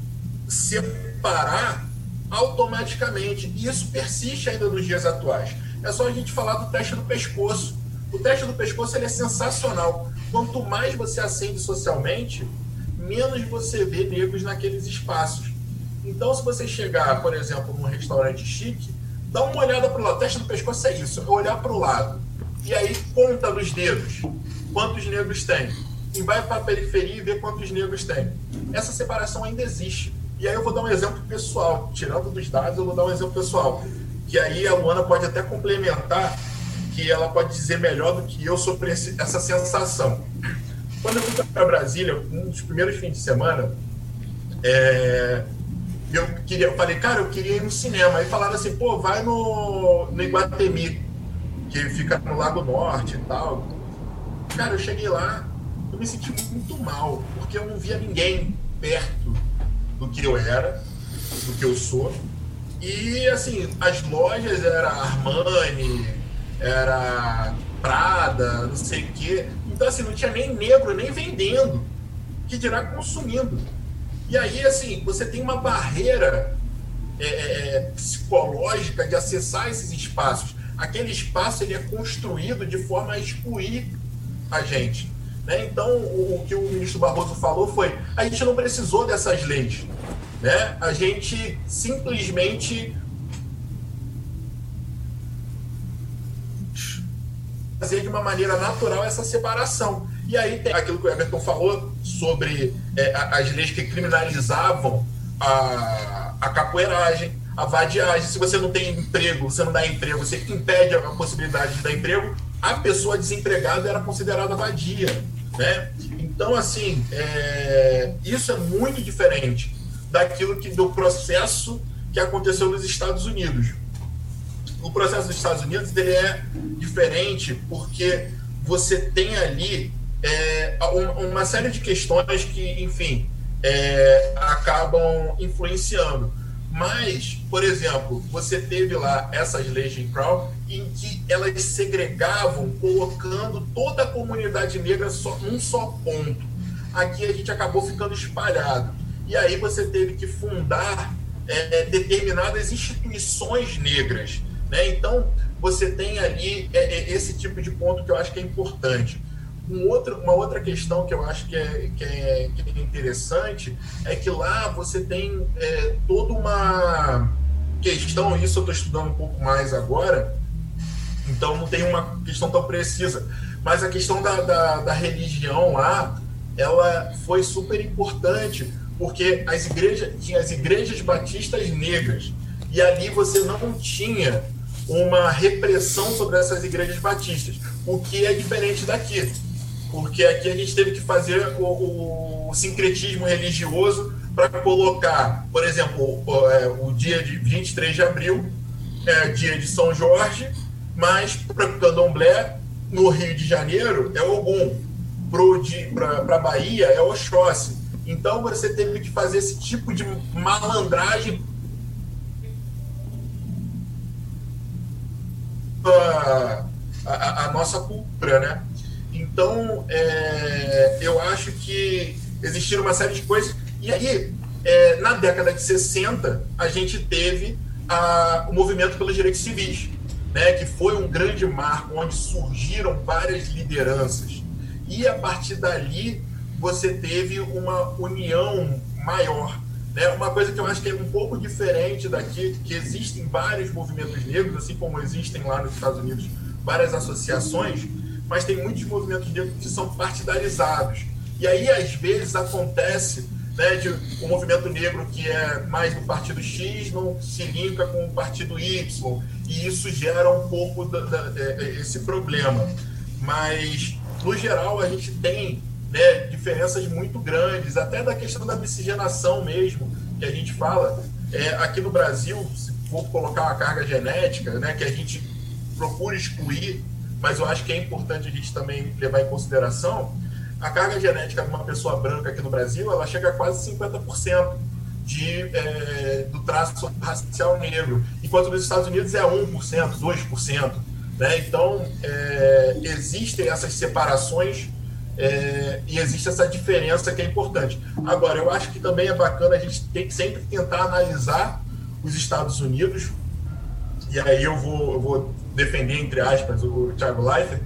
separar automaticamente, e isso persiste ainda nos dias atuais. É só a gente falar do teste do pescoço. O teste do pescoço, ele é sensacional. Quanto mais você ascende socialmente, menos você vê negros naqueles espaços. Então, se você chegar, por exemplo, num restaurante chique, dá uma olhada para o lado. O teste do pescoço é isso, é olhar para o lado. E aí, conta nos dedos quantos negros tem. E vai para a periferia e vê quantos negros tem. Essa separação ainda existe. E aí eu vou dar um exemplo pessoal. Tirando dos dados, eu vou dar um exemplo pessoal. Que aí a Luana pode até complementar, que ela pode dizer melhor do que eu sobre esse, essa sensação. Quando eu fui para Brasília, um dos primeiros fins de semana, é, eu, queria, eu falei, cara, eu queria ir no cinema. Aí falaram assim, pô, vai no, no Iguatemi, que fica no Lago Norte e tal. Cara, eu cheguei lá, eu me senti muito mal, porque eu não via ninguém perto do que eu era, do que eu sou. E, assim, as lojas era Armani, era Prada, não sei o quê. Então, assim, não tinha nem negro, nem vendendo, que dirá consumindo. E aí, assim, você tem uma barreira é, é, psicológica de acessar esses espaços. Aquele espaço, ele é construído de forma a excluir a gente, né? Então, o, o que o ministro Barroso falou foi, a gente não precisou dessas leis, né? A gente simplesmente fazer de uma maneira natural essa separação. E aí tem aquilo que o Everton falou sobre é, as leis que criminalizavam a, a capoeiragem, a vadiagem. Se você não tem emprego, você não dá emprego, você impede a possibilidade de dar emprego, a pessoa desempregada era considerada vadia, né? Então, assim, é, isso é muito diferente daquilo que do processo que aconteceu nos Estados Unidos. O processo dos Estados Unidos, ele é diferente porque você tem ali é, uma série de questões que, enfim, é, acabam influenciando. Mas, por exemplo, você teve lá essas leis de Jim Crow em que elas segregavam, colocando toda a comunidade negra só, num só ponto. Aqui a gente acabou ficando espalhado. E aí você teve que fundar é, determinadas instituições negras, né? Então, você tem ali é, é, esse tipo de ponto que eu acho que é importante. um outro, uma outra questão que eu acho que é, que é, que é interessante é que lá você tem é, toda uma questão, isso eu estou estudando um pouco mais agora, então não tem uma questão tão precisa, mas a questão da, da, da religião lá, ela foi super importante, porque as igrejas, tinha as igrejas batistas negras, e ali você não tinha uma repressão sobre essas igrejas batistas, o que é diferente daqui, porque aqui a gente teve que fazer o, o sincretismo religioso para colocar, por exemplo, o, é, o dia de vinte e três de abril, é dia de São Jorge, mas para o Candomblé, no Rio de Janeiro, é Ogum, para a Bahia é Oxóssi. Então você teve que fazer esse tipo de malandragem a, a, a nossa cultura, né? Então, é, eu acho que existiram uma série de coisas. E aí, é, na década de sessenta, a gente teve a, o movimento pelos direitos civis, né, que foi um grande marco, onde surgiram várias lideranças. E, a partir dali, você teve uma união maior. Né? Uma coisa que eu acho que é um pouco diferente daqui, que existem vários movimentos negros, assim como existem lá nos Estados Unidos várias associações, mas tem muitos movimentos negros que são partidarizados. E aí, às vezes, acontece, né, de um movimento negro que é mais do partido X não se linka com o partido Y, e isso gera um pouco da, da, esse problema. Mas, no geral, a gente tem, né, diferenças muito grandes, até da questão da miscigenação mesmo, que a gente fala. É, aqui no Brasil, se for colocar uma carga genética, né, que a gente procura excluir, mas eu acho que é importante a gente também levar em consideração, a carga genética de uma pessoa branca aqui no Brasil, ela chega a quase cinquenta por cento de, é, do traço racial negro, enquanto nos Estados Unidos é um por cento, dois por cento. Né? Então, é, existem essas separações é, e existe essa diferença que é importante. Agora, eu acho que também é bacana a gente tem que sempre tentar analisar os Estados Unidos, e aí eu vou, eu vou defender, entre aspas, o Thiago Leifert,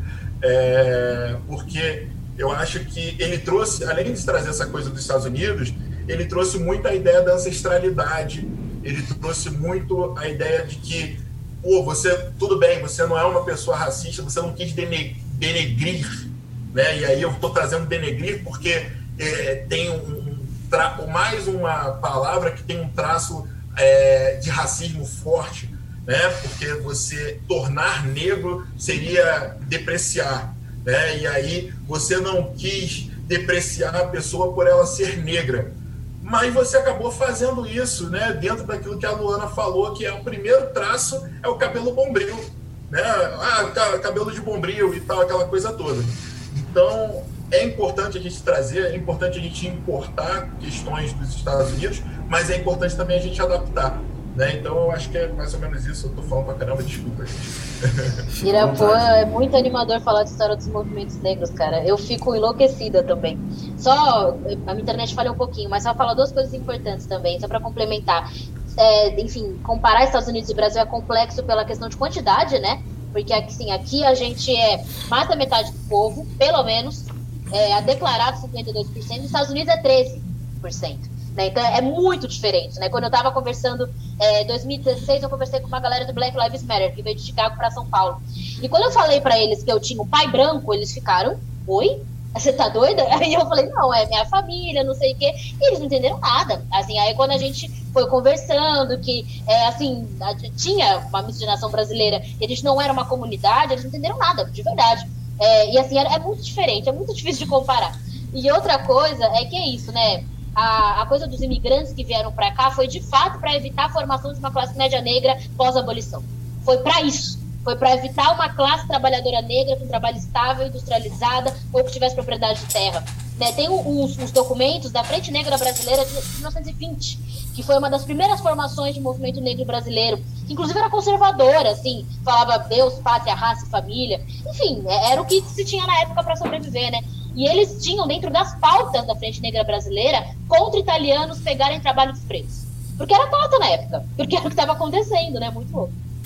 é, porque eu acho que ele trouxe, além de trazer essa coisa dos Estados Unidos, ele trouxe muito a ideia da ancestralidade, ele trouxe muito a ideia de que, pô, você, tudo bem, você não é uma pessoa racista, você não quis denegrir, né? E aí eu estou trazendo denegrir porque é, tem um, um tra, mais uma palavra que tem um traço é, de racismo forte, né? Porque você tornar negro seria depreciar, né? E aí você não quis depreciar a pessoa por ela ser negra, mas você acabou fazendo isso, né? Dentro daquilo que a Luana falou, que é o primeiro traço, é o cabelo bombril, né? Ah, cabelo de bombril e tal, aquela coisa toda. Então, é importante a gente trazer, é importante a gente importar questões dos Estados Unidos, mas é importante também a gente adaptar. Né? Então, eu acho que é mais ou menos isso. Eu tô falando pra caramba, desculpa, gente. Irapuã, é muito animador falar de história dos movimentos negros, cara. Eu fico enlouquecida também. Só, a minha internet falha um pouquinho, mas só falar duas coisas importantes também, só pra complementar. É, enfim, comparar Estados Unidos e Brasil é complexo pela questão de quantidade, né? Porque assim, aqui a gente é mais da metade do povo, pelo menos, é, a declarado cinquenta e dois por cento, nos Estados Unidos é treze por cento. Né? Então é muito diferente, né? Quando eu estava conversando em é, dois mil e dezesseis, eu conversei com uma galera do Black Lives Matter, que veio de Chicago para São Paulo. E quando eu falei para eles que eu tinha um pai branco, eles ficaram, oi? Você tá doida? Aí eu falei, não, é minha família, não sei o quê. E eles não entenderam nada. Assim, aí quando a gente foi conversando, que, é, assim, tinha uma miscigenação brasileira e a gente não era uma comunidade, eles não entenderam nada, de verdade. É, e assim, é, é muito diferente, é muito difícil de comparar. E outra coisa é que é isso, né? A, a coisa dos imigrantes que vieram para cá foi de fato para evitar a formação de uma classe média negra pós-abolição. Foi para isso. Foi para evitar uma classe trabalhadora negra com trabalho estável, industrializada ou que tivesse propriedade de terra. Né, tem os, os documentos da Frente Negra Brasileira de mil novecentos e vinte, que foi uma das primeiras formações de movimento negro brasileiro, que inclusive era conservadora, assim, falava Deus, pátria, raça e família. Enfim, era o que se tinha na época para sobreviver, né? E eles tinham dentro das pautas da Frente Negra Brasileira contra italianos pegarem trabalho dos pretos. Porque era pauta na época, porque era o que estava acontecendo, né? Muito louco.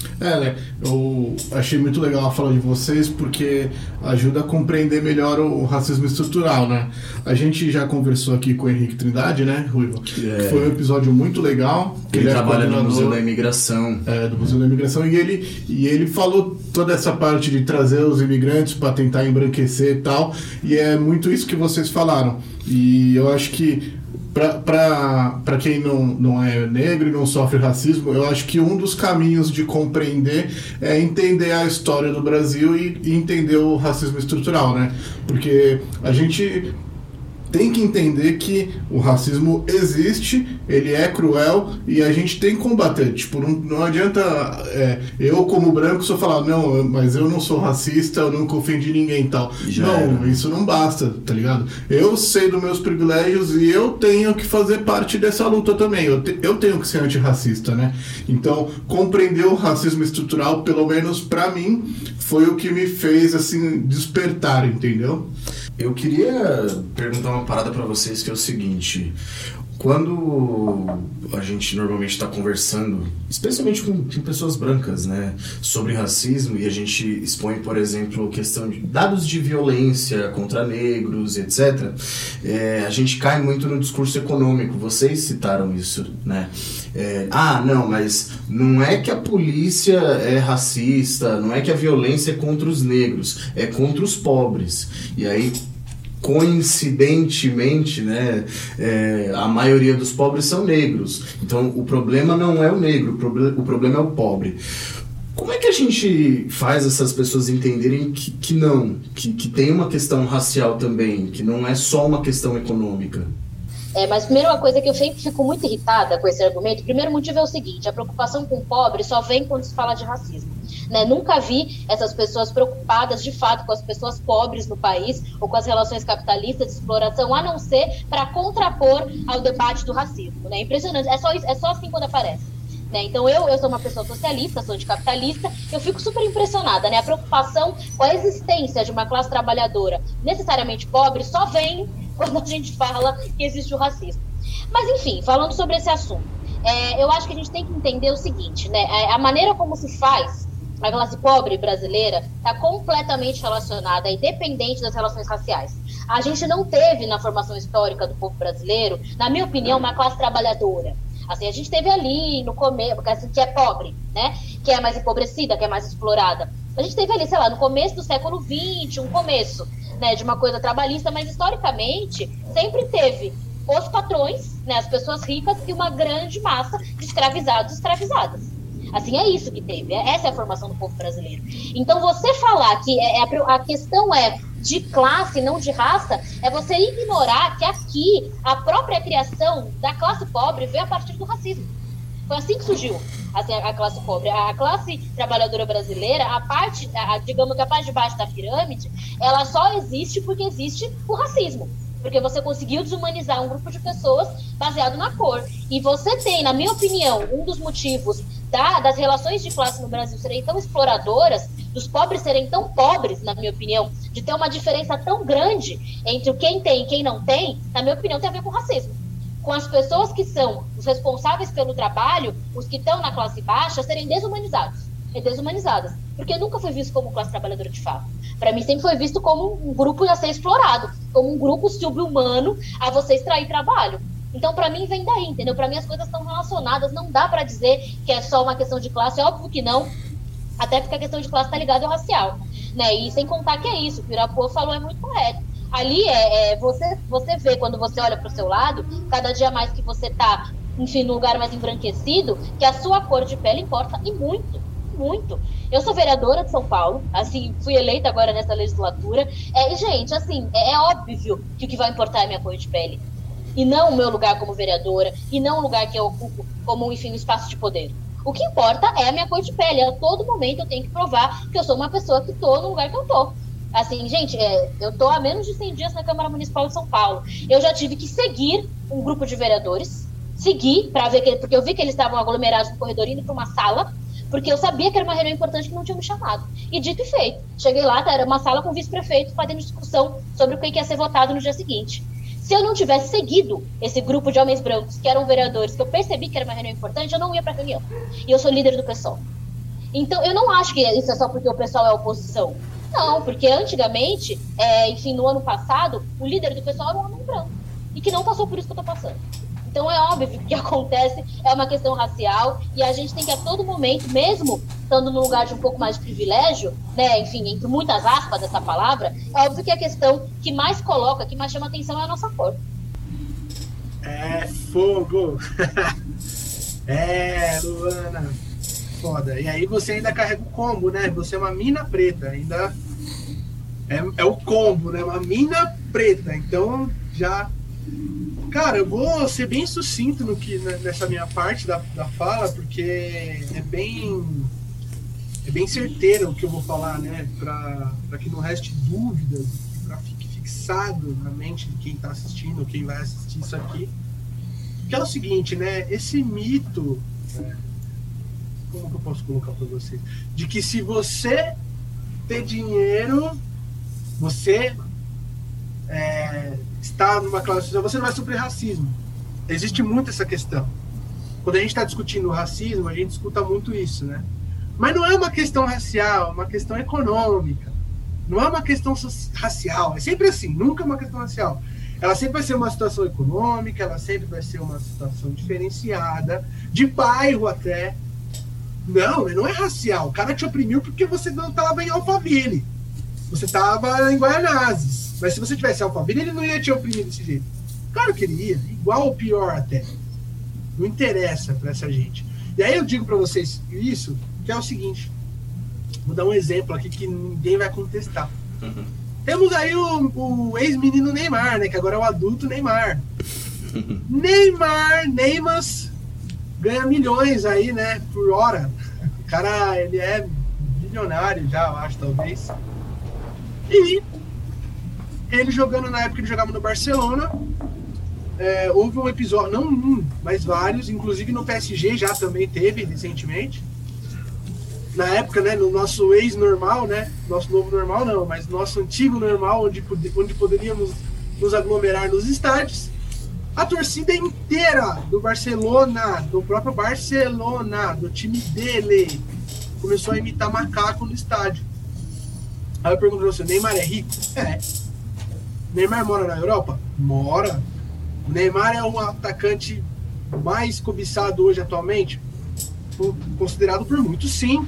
É, né? Eu achei muito legal a fala de vocês porque ajuda a compreender melhor o racismo estrutural, né? A gente já conversou aqui com o Henrique Trindade, né, Ruivo? É. Foi um episódio muito legal. Ele, ele trabalha no Museu da Imigração. É, do Museu da Imigração. E ele, e ele falou toda essa parte de trazer os imigrantes para tentar embranquecer e tal. E é muito isso que vocês falaram. E eu acho que para quem não, não é negro e não sofre racismo, eu acho que um dos caminhos de compreender é entender a história do Brasil e, e entender o racismo estrutural, né? Porque a gente tem que entender que o racismo existe, ele é cruel e a gente tem que combater. Tipo, não, não adianta é, eu, como branco, só falar, não, mas eu não sou racista, eu nunca ofendi ninguém e tal. Já não, era. Isso não basta, tá ligado? Eu sei dos meus privilégios e eu tenho que fazer parte dessa luta também. Eu, te, eu tenho que ser antirracista, né? Então, compreender o racismo estrutural, pelo menos pra mim, foi o que me fez, assim, despertar, entendeu? Eu queria perguntar uma parada pra vocês, que é o seguinte: quando a gente normalmente está conversando, especialmente com, com pessoas brancas, né, sobre racismo, e a gente expõe, por exemplo, questão de dados de violência contra negros, etcétera, é, a gente cai muito no discurso econômico. Vocês citaram isso, né? É, ah, não, mas não é que a polícia é racista, não é que a violência é contra os negros, é contra os pobres. E aí, coincidentemente, né, é, a maioria dos pobres são negros. Então, o problema não é o negro, o, proble- o problema é o pobre. Como é que a gente faz essas pessoas entenderem que, que não, que, que tem uma questão racial também, que não é só uma questão econômica? É, mas primeiro uma coisa que eu sempre fico muito irritada com esse argumento, o primeiro motivo é o seguinte: a preocupação com o pobre só vem quando se fala de racismo. Né? Nunca vi essas pessoas preocupadas de fato com as pessoas pobres no país ou com as relações capitalistas de exploração, a não ser para contrapor ao debate do racismo. Né? Impressionante, é só, isso, é só assim quando aparece. Né? Então eu, eu sou uma pessoa socialista, sou anticapitalista, eu fico super impressionada. Né? A preocupação com a existência de uma classe trabalhadora necessariamente pobre só vem quando a gente fala que existe o racismo. Mas enfim, falando sobre esse assunto, é, eu acho que a gente tem que entender o seguinte, né? A maneira como se faz a classe pobre brasileira está completamente relacionada e dependente das relações raciais. A gente não teve na formação histórica do povo brasileiro, na minha opinião, uma classe trabalhadora. Assim, a gente teve ali no começo, assim, que é pobre, né? Que é mais empobrecida, que é mais explorada. A gente teve ali, sei lá, no começo do século vinte, um começo, né, de uma coisa trabalhista, mas historicamente sempre teve os patrões, né, as pessoas ricas e uma grande massa de escravizados e escravizadas. Assim, é isso que teve, essa é a formação do povo brasileiro. Então, você falar que é, a, a questão é de classe, não de raça, é você ignorar que aqui a própria criação da classe pobre veio a partir do racismo. Foi assim que surgiu assim, a classe pobre. A classe trabalhadora brasileira, a parte, a, digamos que a parte de baixo da pirâmide, ela só existe porque existe o racismo. Porque você conseguiu desumanizar um grupo de pessoas baseado na cor. E você tem, na minha opinião, um dos motivos da, das relações de classe no Brasil serem tão exploradoras, dos pobres serem tão pobres, na minha opinião, de ter uma diferença tão grande entre o quem tem e quem não tem, na minha opinião, tem a ver com racismo. Com as pessoas que são os responsáveis pelo trabalho, os que estão na classe baixa, serem desumanizados e desumanizadas. Porque nunca foi visto como classe trabalhadora de fato. Para mim, sempre foi visto como um grupo a ser explorado, como um grupo sub-humano a você extrair trabalho. Então, para mim, vem daí, entendeu? Para mim, as coisas estão relacionadas. Não dá para dizer que é só uma questão de classe. É óbvio que não, até porque a questão de classe está ligada ao racial. Né? E sem contar que é isso, o que o Irapuã falou é muito correto. Ali, é, é, você, você vê, quando você olha para o seu lado, cada dia mais que você está, enfim, num lugar mais embranquecido, que a sua cor de pele importa, e muito, muito. Eu sou vereadora de São Paulo, assim, fui eleita agora nessa legislatura, é, e, gente, assim, é, é óbvio que o que vai importar é a minha cor de pele, e não o meu lugar como vereadora, e não o lugar que eu ocupo como, enfim, um espaço de poder. O que importa é a minha cor de pele, a todo momento eu tenho que provar que eu sou uma pessoa que estou no lugar que eu estou. Assim, gente, é, eu tô há menos de cem dias na Câmara Municipal de São Paulo. Eu já tive que seguir um grupo de vereadores, seguir, para ver que, porque eu vi que eles estavam aglomerados no corredor indo para uma sala, porque eu sabia que era uma reunião importante que não tinham me chamado. E dito e feito. Cheguei lá, era uma sala com o vice-prefeito fazendo discussão sobre o que ia ser votado no dia seguinte. Se eu não tivesse seguido esse grupo de homens brancos, que eram vereadores, que eu percebi que era uma reunião importante, eu não ia para a reunião. E eu sou líder do PSOL. Então, eu não acho que isso é só porque o pessoal é oposição. Não, porque antigamente, é, enfim, no ano passado, o líder do pessoal era um homem branco. E que não passou por isso que eu tô passando. Então é óbvio que o que acontece é uma questão racial e a gente tem que a todo momento, mesmo estando num lugar de um pouco mais de privilégio, né, enfim, entre muitas aspas dessa palavra, é óbvio que a questão que mais coloca, que mais chama atenção é a nossa cor. É fogo! É, Luana, foda. E aí você ainda carrega o combo, né? Você é uma mina preta, ainda é, é o combo, né? Uma mina preta, então já... Cara, eu vou ser bem sucinto no que, nessa minha parte da, da fala, porque é bem, é bem certeiro o que eu vou falar, né? Para que não reste dúvidas, para fique fixado na mente de quem está assistindo, quem vai assistir isso aqui. Que é o seguinte, né? Esse mito, né? Como que eu posso colocar para vocês? De que se você ter dinheiro, você... É, está numa classe social, você não vai sofrer racismo. Existe muito essa questão. Quando a gente está discutindo o racismo, a gente escuta muito isso, né? Mas não é uma questão racial, é uma questão econômica. Não é uma questão racial. É sempre assim, nunca é uma questão racial. Ela sempre vai ser uma situação econômica, ela sempre vai ser uma situação diferenciada, de bairro até. Não, não é racial. O cara te oprimiu porque você não estava em Alphaville. Você estava em Guaianazes. Mas se você tivesse Alphaville, ele não ia te oprimir desse jeito. Claro que ele ia, igual ou pior até. Não interessa para essa gente. E aí eu digo para vocês isso, que é o seguinte. Vou dar um exemplo aqui que ninguém vai contestar. Uhum. Temos aí o, o ex-menino Neymar, né? Que agora é o adulto Neymar. Uhum. Neymar, Neymas, ganha milhões aí, né? Por hora. O cara, ele é bilionário já, eu acho, talvez. E... ele jogando na época que ele jogava no Barcelona, é, houve um episódio, não um, mas vários, inclusive no P S G já também teve recentemente. Na época, né, no nosso ex-normal, né, nosso novo normal não, mas nosso antigo normal, onde, onde poderíamos nos aglomerar nos estádios, a torcida inteira do Barcelona, do próprio Barcelona, do time dele, começou a imitar macaco no estádio. Aí eu pergunto pra você, Neymar é rico? É. Neymar mora na Europa? Mora. Neymar é um atacante mais cobiçado hoje atualmente? Considerado por muitos, sim.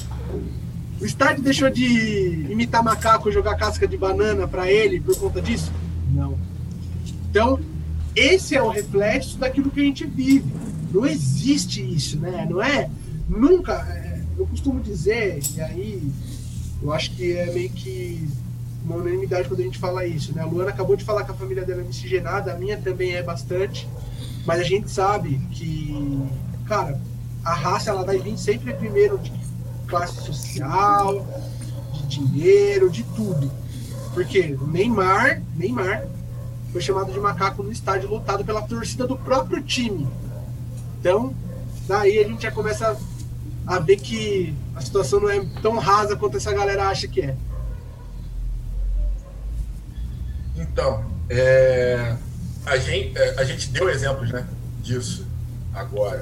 O estádio deixou de imitar macaco e jogar casca de banana para ele por conta disso? Não. Então, esse é o reflexo daquilo que a gente vive. Não existe isso, né? Não é? Nunca. É, eu costumo dizer, e aí eu acho que é meio que uma unanimidade quando a gente fala isso, né? A Luana acabou de falar que a família dela é miscigenada, a minha também é bastante, mas a gente sabe que, cara, a raça ela vai vir sempre primeiro de classe social, de dinheiro, de tudo. Porque o Neymar, Neymar foi chamado de macaco no estádio lotado pela torcida do próprio time. Então, daí a gente já começa a ver que a situação não é tão rasa quanto essa galera acha que é. Então, é, a, gente, a gente deu exemplos, né, disso agora.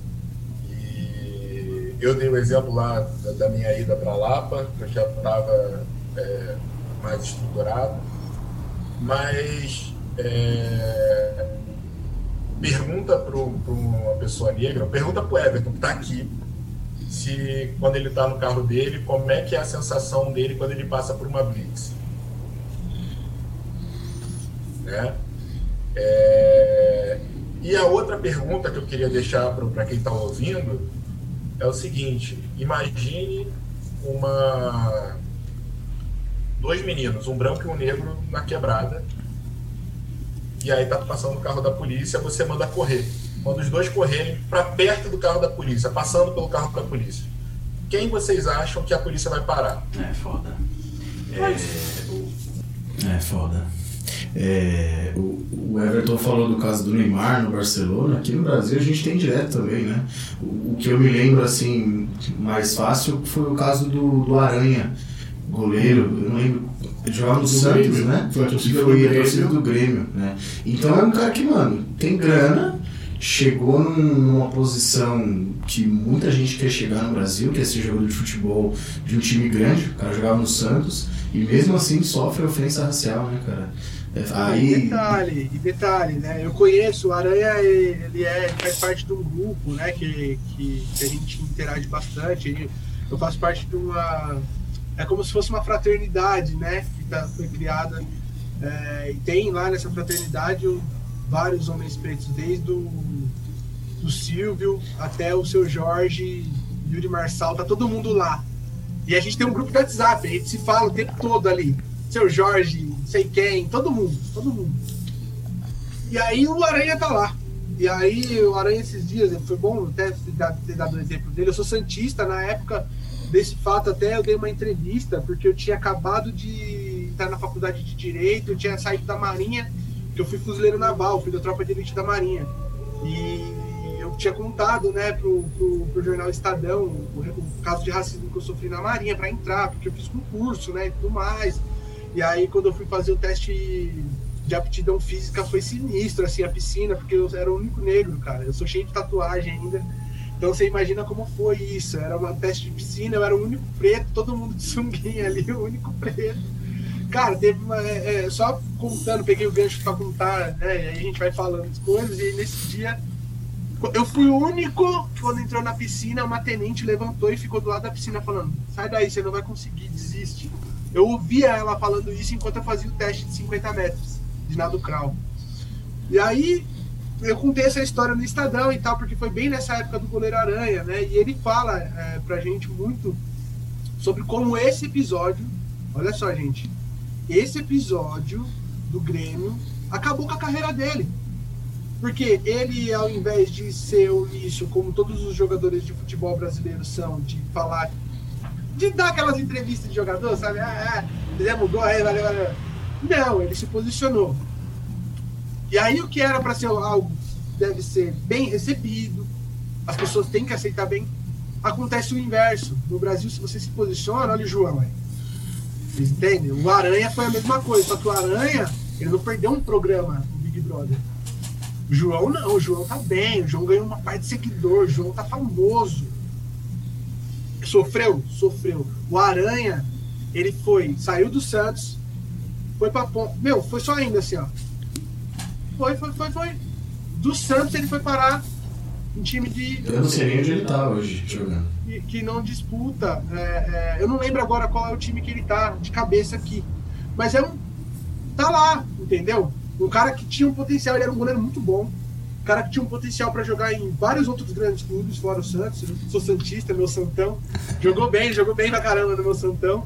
E eu dei o exemplo lá da, da minha ida para Lapa, que eu já estava é, mais estruturado. Mas é, pergunta para uma pessoa negra, pergunta para o Everton, que está aqui, se quando ele está no carro dele, como é que é a sensação dele quando ele passa por uma blitz. Né? É... E a outra pergunta que eu queria deixar para quem está ouvindo é o seguinte: imagine uma dois meninos, um branco e um negro na quebrada, e aí tá passando o carro da polícia, você manda correr. Quando os dois correrem para perto do carro da polícia, passando pelo carro da polícia, quem vocês acham que a polícia vai parar? É foda. É, é foda. É, o, o Everton falou do caso do Neymar no Barcelona. Aqui no Brasil a gente tem direto também, né? O, o que eu me lembro assim mais fácil foi o caso do, do Aranha, goleiro. Eu não lembro, ele jogava no Santos, Grêmio, né? Foi a torcida, foi a torcida do Grêmio, né? Então é um cara que, mano, tem grana, chegou num, numa posição que muita gente quer chegar no Brasil, que é ser jogador de futebol de um time grande. O cara jogava no Santos e mesmo assim sofre ofensa racial, né, cara? É, aí... E detalhe, e detalhe, né? Eu conheço o Aranha, ele, é, ele faz parte de um grupo, né? Que, que, que a gente interage bastante. Ele, eu faço parte de uma... É como se fosse uma fraternidade, né? Que tá, foi criada. É, e tem lá nessa fraternidade vários homens pretos, desde o do Silvio até o seu Jorge, Yuri Marçal, tá todo mundo lá. E a gente tem um grupo de WhatsApp, a gente se fala o tempo todo ali. Seu Jorge, sei quem, todo mundo, todo mundo. E aí o Aranha tá lá. E aí o Aranha esses dias, foi bom até ter dado o exemplo dele. Eu sou santista, na época desse fato até eu dei uma entrevista, porque eu tinha acabado de entrar na faculdade de Direito, eu tinha saído da Marinha, que eu fui fuzileiro naval, fui da tropa de elite da Marinha. E eu tinha contado, né, pro, pro, pro jornal Estadão o, o caso de racismo que eu sofri na Marinha para entrar, porque eu fiz concurso, né, e tudo mais. E aí quando eu fui fazer o teste de aptidão física foi sinistro, assim, a piscina, porque eu era o único negro, cara. Eu sou cheio de tatuagem ainda. Então você imagina como foi isso. Era uma teste de piscina, eu era o único preto, todo mundo de sunguinha ali, o único preto. Cara, teve uma... É, é, só contando, peguei o gancho pra contar, né? E aí a gente vai falando as coisas, e aí nesse dia eu fui o único que quando entrou na piscina, uma tenente levantou e ficou do lado da piscina falando: sai daí, você não vai conseguir, desiste. Eu ouvia ela falando isso enquanto eu fazia o teste de cinquenta metros de nado crawl. E aí eu contei essa história no Estadão e tal, porque foi bem nessa época do goleiro Aranha, né? E ele fala é, pra gente muito sobre como esse episódio, olha só, gente, esse episódio do Grêmio acabou com a carreira dele. Porque ele, ao invés de ser o início, como todos os jogadores de futebol brasileiro são, de falar, de dar aquelas entrevistas de jogador, sabe? Ah, ah fizemos gol, aí, valeu, valeu. Não, ele se posicionou. E aí o que era para ser algo deve ser bem recebido, as pessoas têm que aceitar bem, acontece o inverso. No Brasil, se você se posiciona, olha o João aí. Vocês entendem? O Aranha foi a mesma coisa, só que o Aranha, ele não perdeu um programa no Big Brother. O João não, o João tá bem, o João ganhou uma parte de seguidor, o João tá famoso. Sofreu? Sofreu. O Aranha, ele foi, saiu do Santos, foi pra ponta. Meu, foi só ainda assim, ó. Foi, foi, foi, foi. Do Santos ele foi parar em time de... Eu não sei nem onde ele tá hoje jogando. Que, que não disputa. É, é, eu não lembro agora qual é o time que ele tá de cabeça aqui. Mas é um... Tá lá, entendeu? Um cara que tinha um potencial, ele era um goleiro muito bom. Um cara que tinha um potencial para jogar em vários outros grandes clubes, fora o Santos. Eu sou santista, meu Santão. Jogou bem, jogou bem pra caramba no meu Santão.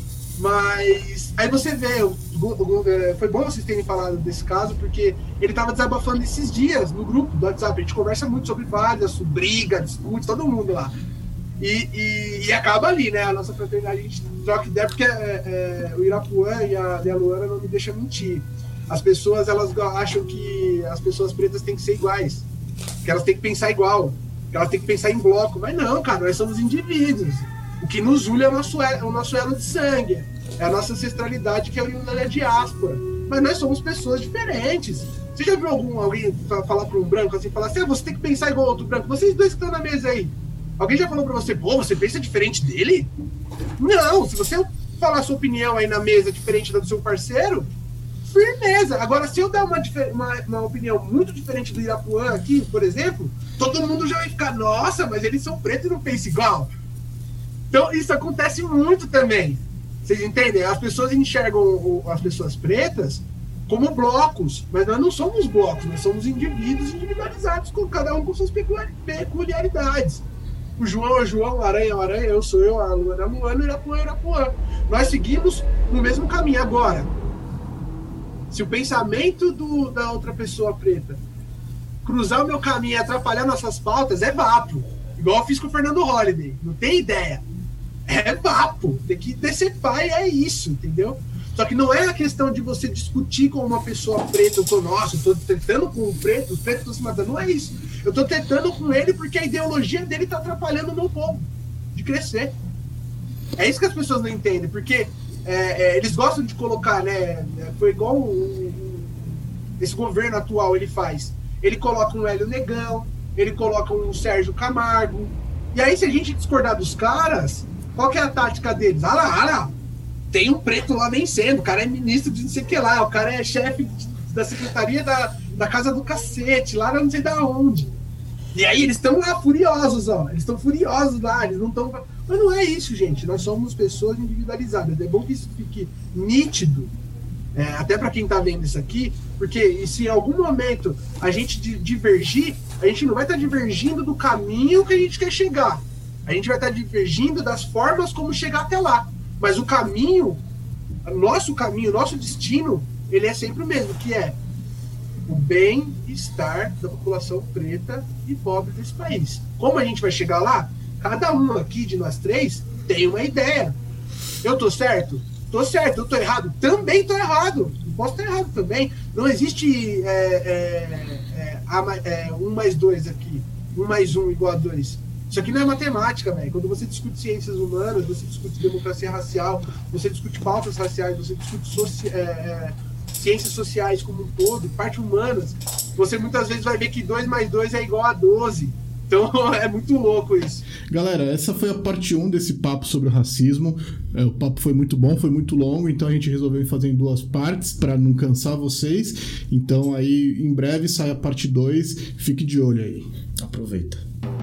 Mas aí você vê, o, o, o, foi bom vocês terem falado desse caso, porque ele tava desabafando esses dias no grupo do WhatsApp. A gente conversa muito sobre várias, sobre briga, discute, todo mundo lá. E, e, e acaba ali, né? A nossa fraternidade, a gente troca ideia, porque é, é, o Irapuã e a, e a Luana não me deixam mentir. As pessoas, elas acham que as pessoas pretas têm que ser iguais, que elas têm que pensar igual, que elas têm que pensar em bloco. Mas não, cara, nós somos indivíduos. O que nos une é o nosso elo, o nosso elo de sangue, é a nossa ancestralidade, que é oriunda da diáspora. Mas nós somos pessoas diferentes. Você já viu algum, alguém falar para um branco assim, falar assim, ah, você tem que pensar igual ao outro branco? Vocês dois que estão na mesa aí, alguém já falou para você, pô, você pensa diferente dele? Não, se você falar a sua opinião aí na mesa diferente da do seu parceiro, firmeza. Agora, se eu der uma, uma, uma opinião muito diferente do Irapuã aqui, por exemplo, todo mundo já vai ficar, nossa, mas eles são pretos e não pensam igual. Então, isso acontece muito também. Vocês entendem? As pessoas enxergam o, as pessoas pretas como blocos, mas nós não somos blocos, nós somos indivíduos individualizados, com cada um com suas peculiaridades. O João é o João, o Aranha é o Aranha, eu sou eu, a Luana é a Luana, o Irapuã é o Irapuã. Nós seguimos no mesmo caminho. Agora, se o pensamento do, da outra pessoa preta cruzar o meu caminho e atrapalhar nossas pautas, é vapo. Igual eu fiz com o Fernando Holliday. Não tem ideia. É vapo. Tem que decepar e é isso, entendeu? Só que não é a questão de você discutir com uma pessoa preta. Eu tô, nossa, eu tô tretando com o preto, os pretos estão se matando. Não é isso. Eu tô tretando com ele porque a ideologia dele tá atrapalhando o meu povo de crescer. É isso que as pessoas não entendem, porque é, é, eles gostam de colocar, né? Foi igual o, o, esse governo atual ele faz. ele coloca um Hélio Negão, ele coloca um Sérgio Camargo. E aí, se a gente discordar dos caras, qual que é a tática deles? Ah lá, ah lá, tem um preto lá vencendo, o cara é ministro de não sei o que lá, o cara é chefe da secretaria da, da Casa do Cacete, lá não sei da onde. E aí eles estão lá furiosos, ó, eles estão furiosos lá, eles não estão... Mas não é isso, gente, nós somos pessoas individualizadas, é bom que isso fique nítido, é, até para quem está vendo isso aqui, porque se em algum momento a gente divergir, a gente não vai estar tá divergindo do caminho que a gente quer chegar, a gente vai estar tá divergindo das formas como chegar até lá. Mas o caminho, nosso caminho, nosso destino, ele é sempre o mesmo, que é o bem-estar da população preta e pobre desse país. Como a gente vai chegar lá? Cada um aqui de nós três tem uma ideia. Eu tô certo? Tô certo. Eu tô errado? Também tô errado. Eu posso estar errado também. Não existe é, é, é, é, um mais dois aqui. Um mais um igual a dois. Isso aqui não é matemática, velho. Quando você discute ciências humanas, você discute democracia racial, você discute pautas raciais, você discute soci... é, é, ciências sociais como um todo, parte humanas, você muitas vezes vai ver que dois mais dois é igual a doze. Então é muito louco isso. Galera, essa foi a parte um desse papo sobre o racismo. É, o papo foi muito bom, foi muito longo, então a gente resolveu fazer em duas partes para não cansar vocês. Então aí em breve sai a parte dois, fique de olho aí. Aproveita.